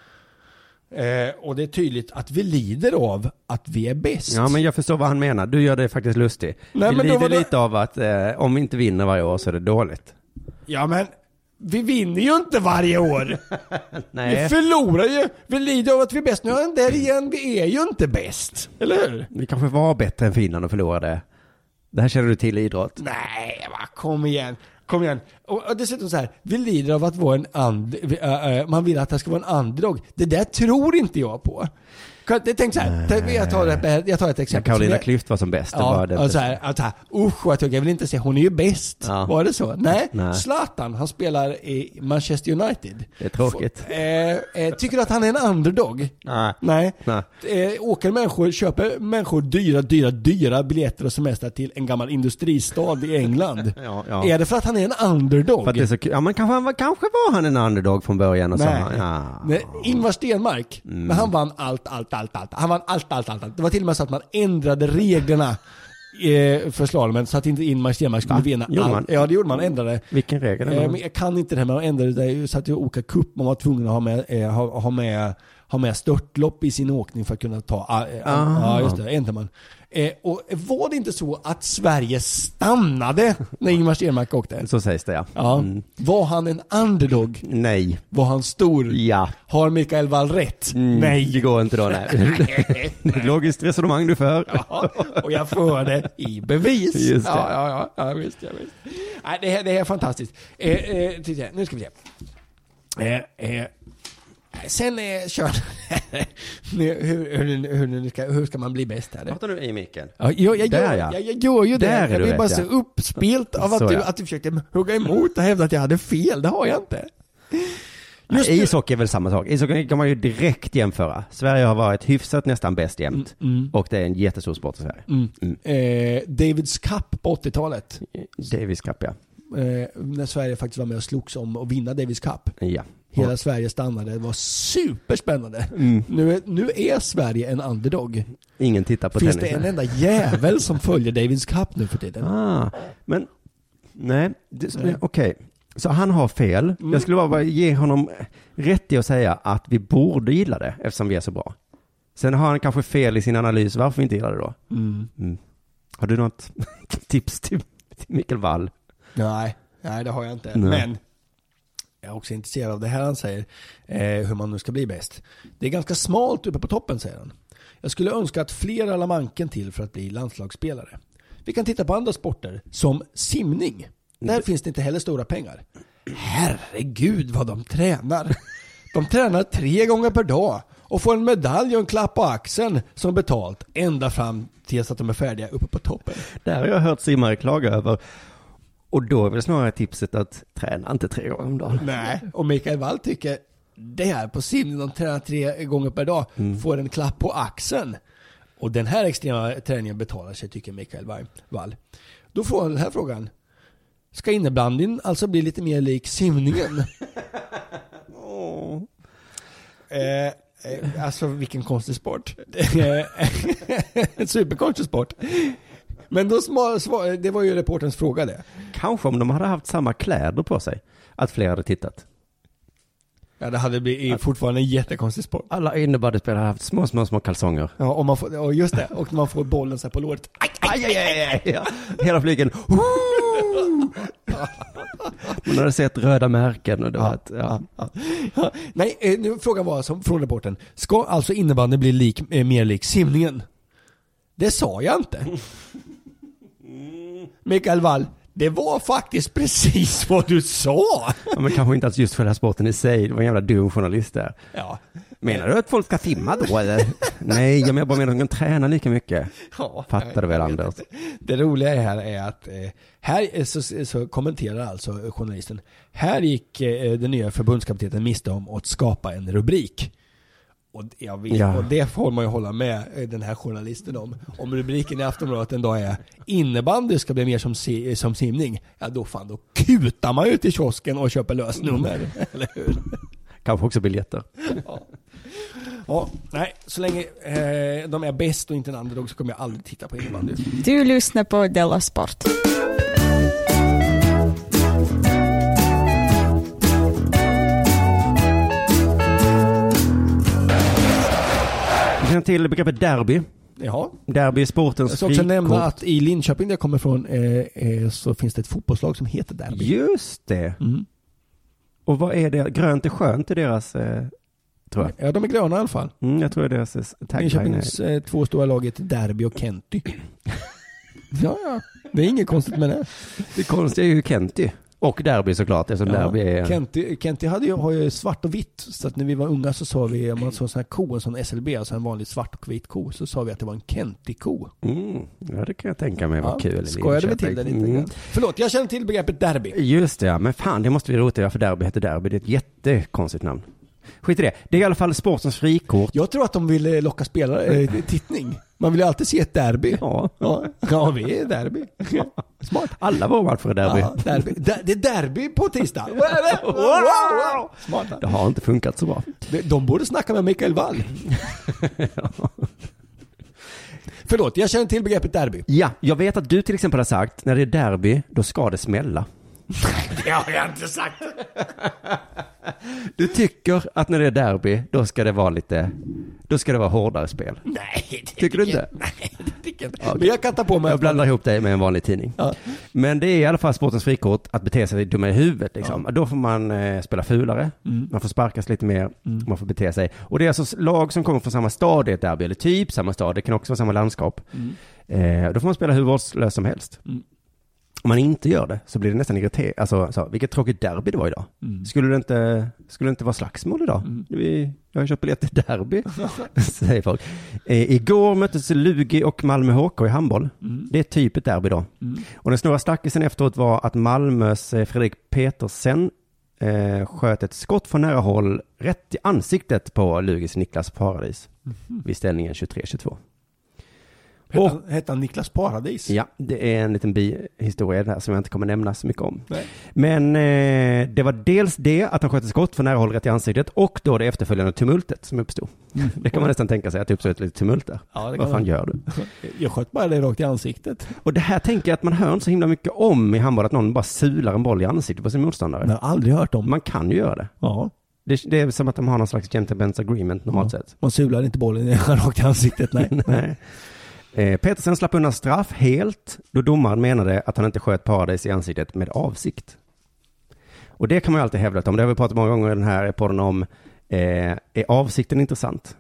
[SPEAKER 10] Eh, och det är tydligt att vi lider av att vi är bäst.
[SPEAKER 9] Ja, men jag förstår vad han menar. Du gör det faktiskt lustigt.
[SPEAKER 10] Nej,
[SPEAKER 9] vi
[SPEAKER 10] men då
[SPEAKER 9] lider
[SPEAKER 10] var det-
[SPEAKER 9] lite av att eh, om vi inte vinner varje år så är det dåligt.
[SPEAKER 10] Ja, men vi vinner ju inte varje år.
[SPEAKER 9] Nej.
[SPEAKER 10] Vi förlorar ju. Vi lider av att vi är bäst. Nu är där igen, vi är ju inte bäst. Eller hur?
[SPEAKER 9] Vi kanske var bättre än Finland och förlorade. Det här känner du till i idrott.
[SPEAKER 10] Nej, va, kom igen. Kom igen. Och, och dessutom så här, vi lider av att vara en and, vi, äh, äh, man vill att det ska vara en underdog. Det där tror inte jag på. Kan- Jag tänkte så här, jag tar, ett, jag tar ett
[SPEAKER 9] När
[SPEAKER 10] exempel.
[SPEAKER 9] Carolina
[SPEAKER 10] Så det-
[SPEAKER 9] Klüft var som bäst. det
[SPEAKER 10] Ja,
[SPEAKER 9] var det
[SPEAKER 10] och så här, att så här, usch vad jag, jag vill inte säga, hon är ju bäst.
[SPEAKER 9] Ja.
[SPEAKER 10] Var det så? Nej.
[SPEAKER 9] Nej.
[SPEAKER 10] Zlatan, han spelar i Manchester United.
[SPEAKER 9] Det är tråkigt.
[SPEAKER 10] F- eh, eh, tycker du att han är en underdog?
[SPEAKER 9] Nej.
[SPEAKER 10] Nej.
[SPEAKER 9] Nej.
[SPEAKER 10] Eh, åker människor, köper människor dyra, dyra, dyra biljetter och semester till en gammal industristad i England.
[SPEAKER 9] Ja, ja.
[SPEAKER 10] Är det för att han är en underdog?
[SPEAKER 9] För att det är så kul. Ja, men kanske, han var, kanske var han en underdog från början och så.
[SPEAKER 10] Nej.
[SPEAKER 9] Ja.
[SPEAKER 10] Nej, Ingvar Stenmark,
[SPEAKER 9] Mm.
[SPEAKER 10] men han vann allt, allt, allt, allt. Han vann allt, allt, allt, allt. Det var till och med så att man ändrade reglerna eh, för slalomen så att inte Ingvar Stenmark skulle
[SPEAKER 9] Va?
[SPEAKER 10] vinna
[SPEAKER 9] Gjorde
[SPEAKER 10] allt.
[SPEAKER 9] man?
[SPEAKER 10] Ja, det gjorde man, ändrade.
[SPEAKER 9] Vilken regel?
[SPEAKER 10] Eh, men jag kan inte det här, man ändrade det så att det åka cup, man var tvungen att ha med, eh, ha, ha med ha med störtlopp i sin åkning för att kunna ta ah, eh,
[SPEAKER 9] Ah.
[SPEAKER 10] ja just det, ändrar man. Eh, och var det inte så att Sverige stannade när Ingvar Stenmark åkte?
[SPEAKER 9] Så sägs det, ja.
[SPEAKER 10] Ja.
[SPEAKER 9] Mm.
[SPEAKER 10] Var han en underdog?
[SPEAKER 9] Nej.
[SPEAKER 10] Var han stor?
[SPEAKER 9] Ja.
[SPEAKER 10] Har Mikael Wall rätt?
[SPEAKER 9] Mm,
[SPEAKER 10] Nej.
[SPEAKER 9] Det går inte då, nej. Det är ett logiskt resonemang du för.
[SPEAKER 10] Ja, och jag får det i bevis.
[SPEAKER 9] Just det.
[SPEAKER 10] Ja, ja, ja, ja visst, ja, visst. Nej, det, här, det här är fantastiskt. Eh, eh, titta, nu ska vi se. Eh, eh, sen eh, kör nu, hur, hur, hur, hur, ska, hur ska man bli bäst här?
[SPEAKER 9] Pratar du i micken?
[SPEAKER 10] Ja, jag, jag,
[SPEAKER 9] Där,
[SPEAKER 10] gör,
[SPEAKER 9] ja.
[SPEAKER 10] jag, jag gör ju det.
[SPEAKER 9] Där är
[SPEAKER 10] Jag
[SPEAKER 9] du
[SPEAKER 10] blir
[SPEAKER 9] rätt,
[SPEAKER 10] bara
[SPEAKER 9] ja.
[SPEAKER 10] så uppspelt av att,
[SPEAKER 9] Så,
[SPEAKER 10] du,
[SPEAKER 9] ja.
[SPEAKER 10] att du försökte hugga emot och hävda att jag hade fel. Det har jag inte. Just
[SPEAKER 9] Nej,
[SPEAKER 10] nu-
[SPEAKER 9] ishockey är väl samma sak. Ishockey kan man ju direkt jämföra. Sverige har varit hyfsat nästan bäst jämt.
[SPEAKER 10] Mm, mm.
[SPEAKER 9] Och det är en jättestor sport i Sverige.
[SPEAKER 10] Mm.
[SPEAKER 9] Mm.
[SPEAKER 10] Eh, Davids Cup på åttiotalet.
[SPEAKER 9] Davis Cup, ja.
[SPEAKER 10] Eh, när Sverige faktiskt var med och slogs om att vinna Davis Cup.
[SPEAKER 9] Ja.
[SPEAKER 10] Hela Sverige stannade. Det var superspännande.
[SPEAKER 9] Mm.
[SPEAKER 10] Nu, är, nu är Sverige en underdog.
[SPEAKER 9] Ingen tittar på
[SPEAKER 10] Finns
[SPEAKER 9] tennis.
[SPEAKER 10] det en enda jävel som följer Davids Cup nu för tiden?
[SPEAKER 9] Ah, men nej, det- men okej. Så han har fel.
[SPEAKER 10] Mm.
[SPEAKER 9] Jag skulle bara bara ge honom rätt i att säga att vi borde gilla det eftersom vi är så bra. Sen har han kanske fel i sin analys varför vi inte gillar det då.
[SPEAKER 10] Mm.
[SPEAKER 9] Mm. Har du något tips till, till Mikael Wall?
[SPEAKER 10] Nej, nej, det har jag inte.
[SPEAKER 9] Nej.
[SPEAKER 10] Men jag är också intresserad av det här han säger. Eh, hur man nu ska bli bäst. Det är ganska smalt uppe på toppen, säger han. Jag skulle önska att fler la manken till för att bli landslagsspelare. Vi kan titta på andra sporter som simning. Där finns det inte heller stora pengar. Herregud vad de tränar. De tränar tre gånger per dag och får en medalj och en klapp på axeln som betalt ända fram tills att de är färdiga uppe på toppen.
[SPEAKER 9] Det här har jag hört simmare klaga över. Och då är väl snarare tipset att träna inte tre gånger om dagen.
[SPEAKER 10] Nej, och Mikael Wall tycker det här på simning, de tränar tre gånger per dag,
[SPEAKER 9] Mm.
[SPEAKER 10] får en klapp på axeln. Och den här extrema träningen betalar sig, tycker Mikael Wall. Då får han den här frågan. Ska innebandyn alltså bli lite mer lik simningen?
[SPEAKER 9] Åh.
[SPEAKER 10] eh, eh, alltså vilken konstig sport. En superkonstig sport. Men då sma- sva- det var ju reporterns fråga det.
[SPEAKER 9] Kanske om de hade haft samma kläder på sig. Att fler hade tittat.
[SPEAKER 10] Ja, det hade blivit fortfarande en jättekonstig sport.
[SPEAKER 9] Alla innebandyspelare hade haft små, små, små kalsonger.
[SPEAKER 10] Ja, och man får, och just det, och man får bollen så här på låret. Aj,
[SPEAKER 9] Aj, aj, aj, aj, ja. Hela flygen. Man hade sett röda märken och det var ett, ja.
[SPEAKER 10] Ja. Ja. Nej, eh, nu frågan var som från reporten. Ska alltså innebandy bli lik, eh, mer lik simningen? Det sa jag inte. Mikael Wall, det var faktiskt precis vad du sa.
[SPEAKER 9] Ja, men kanske inte alls just för den här sporten i sig. Det var en jävla dum journalist där.
[SPEAKER 10] Ja.
[SPEAKER 9] Menar du att folk ska simma då eller? Nej, jag menar bara menar att de kan träna lika mycket.
[SPEAKER 10] Ja,
[SPEAKER 9] Fattar du väl, Anders?
[SPEAKER 10] Det roliga här är att eh, här är så, så kommenterar alltså journalisten. Här gick eh, den nya förbundskaptenen miste om att skapa en rubrik. Och, jag vet,
[SPEAKER 9] Ja.
[SPEAKER 10] och det får man ju hålla med eh, den här journalisten om. Om rubriken i Aftonbladet en dag är innebandy ska bli mer som, si, som simning. Ja då fan, då kutar man ut i kiosken och köper lösnummer. Eller hur?
[SPEAKER 9] Kanske också biljetter.
[SPEAKER 10] Ja. Ja, nej, så länge eh, de är bäst och inte en underdog så kommer jag aldrig titta på innebandy.
[SPEAKER 18] Du lyssnar på Della Sport.
[SPEAKER 9] känner till begreppet derby.
[SPEAKER 10] Ja.
[SPEAKER 9] Derby är sportens
[SPEAKER 10] Jag ska också
[SPEAKER 9] frikort.
[SPEAKER 10] nämna att i Linköping där jag kommer ifrån eh, eh, så finns det ett fotbollslag som heter Derby.
[SPEAKER 9] Just det.
[SPEAKER 10] Mm.
[SPEAKER 9] Och vad är det? Grönt är skönt i deras, eh, tror jag.
[SPEAKER 10] Ja, de är gröna i alla fall.
[SPEAKER 9] Mm, jag tror det är deras eh, tagline.
[SPEAKER 10] Linköpings eh, två stora lag heter Derby och Kenty. ja, ja. Det är inget konstigt med det.
[SPEAKER 9] Det konstiga är ju Kenty. Och Derby såklart, eftersom
[SPEAKER 10] Ja,
[SPEAKER 9] Derby är...
[SPEAKER 10] Kenty, Kenty hade ju, har ju svart och vitt, så att när vi var unga så sa vi, om man såg en sån här ko, en sån S L B, alltså en vanlig svart och vit ko, så sa vi att det var en Kenty-ko.
[SPEAKER 9] Mm, ja, det kan jag tänka mig var
[SPEAKER 10] Ja,
[SPEAKER 9] kul.
[SPEAKER 10] skojade vi till det lite
[SPEAKER 9] mm.
[SPEAKER 10] grann. Förlåt, jag känner till begreppet derby.
[SPEAKER 9] Just det, ja. Men fan, det måste vi rota för Derby heter Derby. Det är ett jättekonstigt namn. Skit i det. Det är i alla fall sportens frikort.
[SPEAKER 10] Jag tror att de vill locka spelare, äh, tittning. Man vill ju alltid se ett derby.
[SPEAKER 9] Ja,
[SPEAKER 10] ja. ja vi är derby. Smart.
[SPEAKER 9] Alla våra matcher är derby.
[SPEAKER 10] Ja, derby. Det är derby på tisdag. Smart.
[SPEAKER 9] Det har inte funkat så bra.
[SPEAKER 10] De borde snacka med Mikael Wall. Förlåt, jag känner till begreppet derby.
[SPEAKER 9] Ja, jag vet att du till exempel har sagt när det är derby, då ska det smälla.
[SPEAKER 10] Det har jag inte sagt.
[SPEAKER 9] Du tycker att när det är derby, då ska det vara lite, då ska det vara hårdare spel.
[SPEAKER 10] Nej, det
[SPEAKER 9] tycker du inte?
[SPEAKER 10] Nej, det tycker jag inte. Okay. Men jag kan ta på mig.
[SPEAKER 9] Jag blandar ihop dig med en vanlig tidning. Ja. Men det är i alla fall sportens frikort att bete sig dumma i huvudet. Liksom. Ja. Då får man eh, spela fulare, mm. man får sparkas lite mer, mm. man får bete sig. Och det är alltså lag som kommer från samma stad i ett derby, eller typ samma stad, det kan också vara samma landskap. Mm. Eh, då får man spela hur vårdslöst som helst. Mm. Om man inte gör det så blir det nästan irriterande. Alltså, så, vilket tråkigt derby det var idag. Mm. Skulle det inte, skulle det inte vara slagsmål idag? Mm. Vi, jag har köpt biljett till derby, säger folk. Eh, igår möttes Lugi och Malmö H K i handboll. Mm. Det är typ ett derby då. Mm. Och den snurra stackisen efteråt var att Malmös eh, Fredrik Petersen eh, sköt ett skott från nära håll rätt i ansiktet på Lugis Niklas Paradis. Mm. Vid ställningen tjugotre tjugotvå.
[SPEAKER 10] Hette han, hette han Niklas Paradis?
[SPEAKER 9] Ja, det är en liten bihistoria där som jag inte kommer nämna så mycket om. Nej. Men eh, det var dels det att han sköt ett skott för nära håll rätt i ansiktet och då det efterföljande tumultet som uppstod. Mm. Det kan man nästan tänka sig att det uppstod ett litet tumult där. Ja, vad fan man... gör du?
[SPEAKER 10] Jag sköt bara det rakt i ansiktet.
[SPEAKER 9] Och det här tänker jag att man hör inte så himla mycket om i handboll, att någon bara sular en boll i ansiktet på sin motståndare.
[SPEAKER 10] Jag har aldrig hört om.
[SPEAKER 9] Man kan ju göra det. Ja. Det, det är som att de har någon slags gentleman's agreement normalt ja. sett.
[SPEAKER 10] Man sular inte bollen rakt i ansiktet, nej.
[SPEAKER 9] nej. Eh, Petersen slapp undan straff helt då domaren menade att han inte sköt Paradis i ansiktet med avsikt. Och det kan man ju alltid hävda om. Det har vi pratat många gånger i den här podden om. Eh, är avsikten intressant?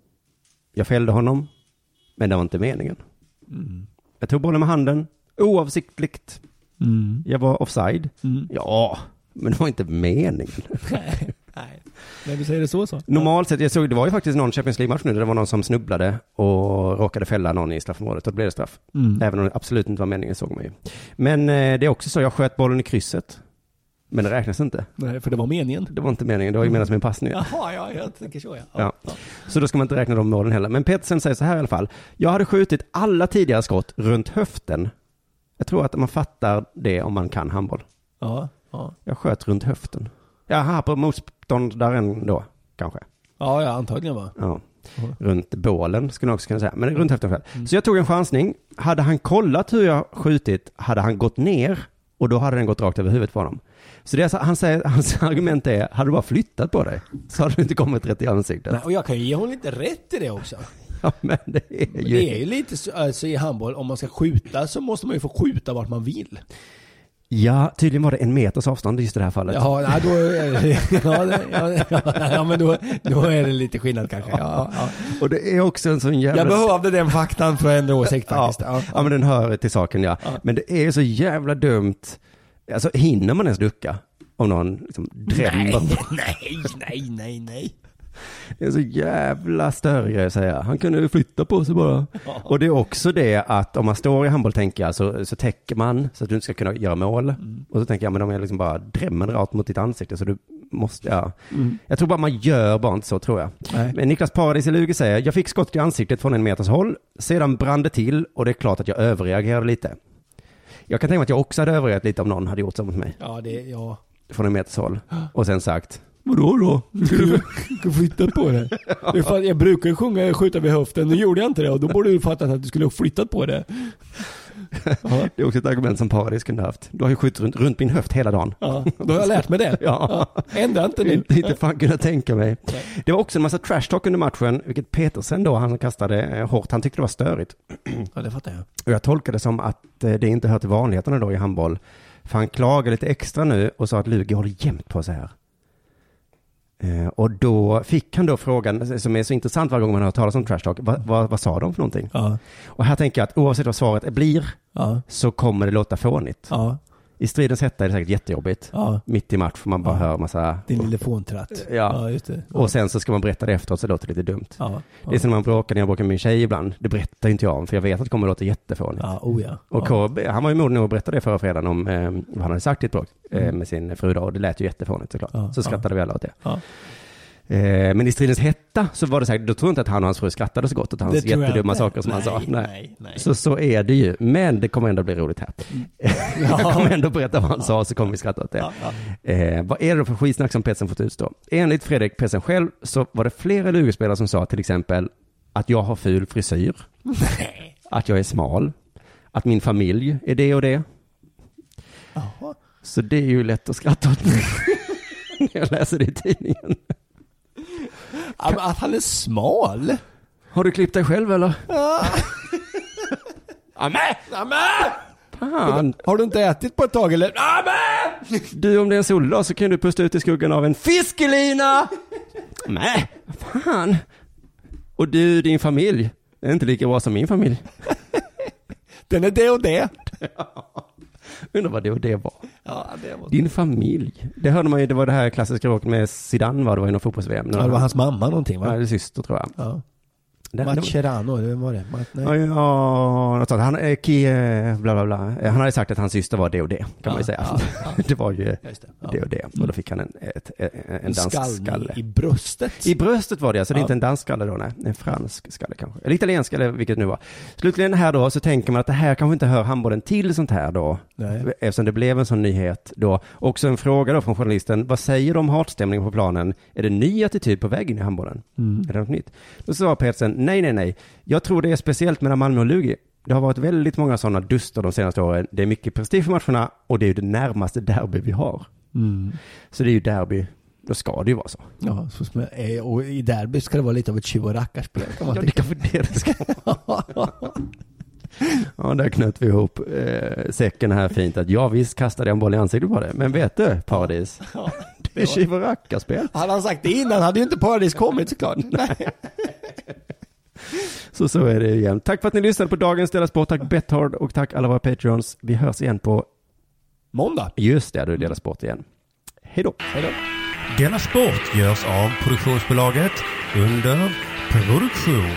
[SPEAKER 9] Jag fällde honom, men det var inte meningen. Mm. Jag tog bollen med handen, oavsiktligt. Mm. Jag var offside. Mm. Ja, men det var inte meningen.
[SPEAKER 10] Nej. Nej, när du säger det så så.
[SPEAKER 9] Normalt sett, jag såg, det var ju faktiskt någon Champions League-match nu där det var någon som snubblade och råkade fälla någon i straffområdet och då blev det straff. Mm. Även om det absolut inte var meningen, såg man ju. Men eh, det är också så, jag sköt bollen i krysset. Men det räknas inte.
[SPEAKER 10] Nej, för det var meningen.
[SPEAKER 9] Det var inte meningen, det var ju menat som en passning.
[SPEAKER 10] Jaha, ja, jag tänker så, ja.
[SPEAKER 9] Ja. Ja. Så då ska man inte räkna de målen heller. Men Petersen säger så här i alla fall. Jag hade skjutit alla tidigare skott runt höften. Jag tror att man fattar det om man kan handboll.
[SPEAKER 10] Ja, ja.
[SPEAKER 9] Jag sköt runt höften. Jaha, på motståndaren då, kanske.
[SPEAKER 10] Ja, ja, antagligen va.
[SPEAKER 9] Ja. Uh-huh. Runt bålen skulle jag också kunna säga. Men runt höften själv. Mm. Så jag tog en chansning. Hade han kollat hur jag skjutit, hade han gått ner och då hade den gått rakt över huvudet på honom. Så det är, han säger, hans argument är, hade du bara flyttat på dig så hade du inte kommit rätt i ansiktet.
[SPEAKER 10] Nej, och jag kan ju ge honom lite rätt i det också.
[SPEAKER 9] Ja, men det är ju...
[SPEAKER 10] Det är ju lite så, alltså, i handboll, om man ska skjuta så måste man ju få skjuta vart man vill.
[SPEAKER 9] Ja, tydligen var det en meters avstånd just i det här fallet.
[SPEAKER 10] Ja, ja, då, ja, ja, ja, ja men då, då är det lite skillnad kanske. Ja, ja.
[SPEAKER 9] Och det är också en sån jävla...
[SPEAKER 10] Jag behövde den faktan för att ändra åsikt faktiskt.
[SPEAKER 9] Ja, ja. ja, men den hör till saken, ja. ja. Men det är så jävla dumt. Alltså, hinner man ens ducka om någon liksom drämmer?
[SPEAKER 10] Nej, nej, nej, nej.
[SPEAKER 9] Det är så jävla större grej att säga. Han kunde ju flytta på sig bara. Ja. Och det är också det att om man står i handboll tänker jag så, så täcker man så att du inte ska kunna göra mål. Mm. Och så tänker jag men de är liksom bara drämmer rakt mot ditt ansikte så du måste, ja. Mm. Jag tror bara man gör bara inte så, tror jag. Nej. Men Niklas Paradis i Lugi säger, jag fick skott i ansiktet från en meters håll. Sedan brann det till och det är klart att jag överreagerade lite. Jag kan tänka mig att jag också hade överreagerat lite om någon hade gjort så mot mig.
[SPEAKER 10] Ja, det, ja.
[SPEAKER 9] Från en meters håll. Och sen sagt, vadå då?
[SPEAKER 10] Du ska flytta på det. Det för, jag brukar sjunga skjuta vid höften. Nu gjorde jag inte det och då borde du fattat att du skulle ha flyttat på det.
[SPEAKER 9] Det är också ett argument som Paradis kunde haft. Du har ju skjutit runt, runt min höft hela dagen.
[SPEAKER 10] Ja, då har jag lärt mig det.
[SPEAKER 9] Ja.
[SPEAKER 10] Ja. Ändå inte nu.
[SPEAKER 9] Inte, inte fan kunna tänka mig. Nej. Det var också en massa trash talk under matchen, vilket Petersen då, han som kastade eh, hårt, han tyckte det var störigt.
[SPEAKER 10] Ja, det fattar jag.
[SPEAKER 9] Och jag tolkade det som att eh, det inte hör till vanligheterna då i handboll. För han klagade lite extra nu och sa att Lugi håller jämt på så här. Eh, och då fick han då frågan, som är så intressant varje gång man hör talas om trash talk, vad, vad, vad sa de för någonting?
[SPEAKER 10] Ja.
[SPEAKER 9] Och här tänker jag att oavsett vad svaret blir,
[SPEAKER 10] ja.
[SPEAKER 9] så kommer det låta fånigt.
[SPEAKER 10] Ja.
[SPEAKER 9] I stridens hetta är det säkert jättejobbigt.
[SPEAKER 10] Ja.
[SPEAKER 9] Mitt i match får man bara ja. höra massa...
[SPEAKER 10] Din lille fåntratt.
[SPEAKER 9] Ja.
[SPEAKER 10] Ja, just det. Ja.
[SPEAKER 9] Och sen så ska man berätta det efteråt, så låter det lite dumt.
[SPEAKER 10] Ja. Ja.
[SPEAKER 9] Det är som när man bråkar, när jag bråkar med min tjej ibland. Det berättar inte jag om, för jag vet att det kommer att låta jättefånigt.
[SPEAKER 10] Ja, oh ja.
[SPEAKER 9] Och K B, han var ju modig nog att berätta det förra fredagen om eh, vad han hade sagt i ett bråk eh, mm. med sin fru då. Och det lät ju jättefånigt såklart. Ja. Så skrattade ja. vi alla åt det. Ja. Eh, men i stridens hetta så var det säkert, då tror jag inte att han och hans fru skrattade så gott åt hans jättedumma saker som
[SPEAKER 10] nej,
[SPEAKER 9] han sa. Nej.
[SPEAKER 10] Nej, nej.
[SPEAKER 9] Så, så är det ju. Men det kommer ändå bli roligt här. Mm. Jag kommer ändå berätta vad han ja. sa, så kommer vi skratta åt det. Ja, ja. Eh, vad är det för skitsnack som Petsen fått utstå? Enligt Fredrik Petsen själv så var det flera Lugi-spelare som sa till exempel att jag har ful frisyr. Nej. Att jag är smal. Att min familj är det och det. Aha. Så det är ju lätt att skratta åt när jag läser det i tidningen.
[SPEAKER 10] Att han är smal?
[SPEAKER 9] Har du klippt dig själv eller?
[SPEAKER 10] Ja.
[SPEAKER 9] Amen!
[SPEAKER 10] Amen!
[SPEAKER 9] Fan.
[SPEAKER 10] Har du inte ätit på ett tag eller? Amen!
[SPEAKER 9] Du, om det är en soldag så kan du pusta ut i skuggan av en fiskelina. Nej, fan. Och du, din familj är inte lika bra som min familj.
[SPEAKER 10] Den är det och det.
[SPEAKER 9] Undrar vad det och det var.
[SPEAKER 10] Ja, det var...
[SPEAKER 9] Din familj. Det hörde man ju, det var det här klassiska bråket med Zidane, var det var i någon fotbolls-V M.
[SPEAKER 10] Ja, det var hans mamma någonting, va?
[SPEAKER 9] Ja, det är syster tror jag.
[SPEAKER 10] Ja.
[SPEAKER 9] Det,
[SPEAKER 10] Mascherano, det var det. Mat,
[SPEAKER 9] ja, ja, något sånt. Han är Kie, bla bla bla. Han hade sagt att hans syster var det och det, kan ja, man ju säga. Ja, ja. Det var ju det. Ja. det och det. Och då fick han en, ett, en, en dansk skalle.
[SPEAKER 10] I bröstet.
[SPEAKER 9] I bröstet var det, alltså ja. Det är inte en dansk skalle då, nej. En fransk skalle kanske. Eller italiensk, eller vilket nu var. Slutligen här då så tänker man att det här kanske inte hör handbollen till sånt här då. Nej. Eftersom det blev en sån nyhet då. Också en fråga då från journalisten. Vad säger de om hatstämningen på planen? Är det ny attityd på väg in i handbollen? Mm. Är det något nytt? Då sa Petsen, nej, nej, nej. Jag tror det är speciellt mellan Malmö och Lugi. Det har varit väldigt många sådana duster de senaste åren. Det är mycket prestige för matcherna och det är ju det närmaste derby vi har. Mm. Så det är ju derby, då ska det ju vara så.
[SPEAKER 10] Ja, så som, och i derby ska det vara lite av ett tjuv- och rackarspel. Kan man
[SPEAKER 9] ja, det kan vara det det ska vara. Ja, där knöt vi ihop eh, säcken här fint. Att jag visst kastade en boll i ansiktet på det. Men vet du, Paradis? Ja, det är tjuv- och rackarspel.
[SPEAKER 10] Hade han sagt det innan hade ju inte Paradis kommit såklart. Nej.
[SPEAKER 9] Så så är det igen. Tack för att ni lyssnade på dagens Dela Sport. Tack Betthard och tack alla våra Patreons. Vi hörs igen på
[SPEAKER 10] måndag.
[SPEAKER 9] Just det, då är Dela Sport igen. Hej då.
[SPEAKER 10] Hej då.
[SPEAKER 6] Dela Sport görs av produktionsbolaget Under Produktion.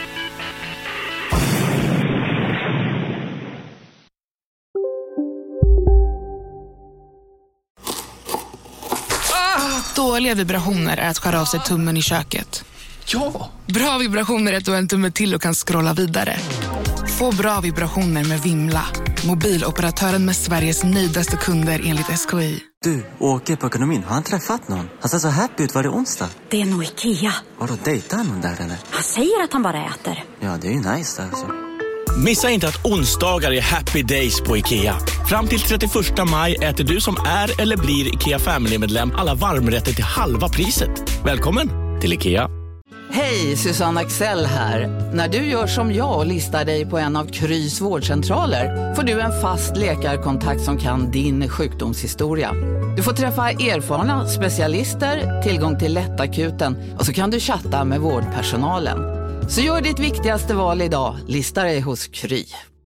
[SPEAKER 18] Ah, dåliga vibrationer är att skära av sig tummen i köket.
[SPEAKER 4] Ja!
[SPEAKER 18] Bra vibrationer är att du har en tumme till och kan scrolla vidare. Få bra vibrationer med Vimla. Mobiloperatören med Sveriges nöjdaste kunder enligt S K I.
[SPEAKER 19] Du, åker på ekonomin. Har han träffat någon? Han ser så happy ut. Var det onsdag?
[SPEAKER 20] Det är nog Ikea.
[SPEAKER 19] Har du dejtat någon där eller?
[SPEAKER 20] Han säger att han bara äter.
[SPEAKER 19] Ja, det är ju nice alltså.
[SPEAKER 21] Missa inte att onsdagar är happy days på Ikea. Fram till trettioförsta maj äter du som är eller blir Ikea Family-medlem alla varmrätter till halva priset. Välkommen till Ikea.
[SPEAKER 22] Hej, Susanne Axel här. När du gör som jag och listar dig på en av Krys vårdcentraler får du en fast läkarkontakt som kan din sjukdomshistoria. Du får träffa erfarna specialister, tillgång till lättakuten och så kan du chatta med vårdpersonalen. Så gör ditt viktigaste val idag, lista dig hos Kry.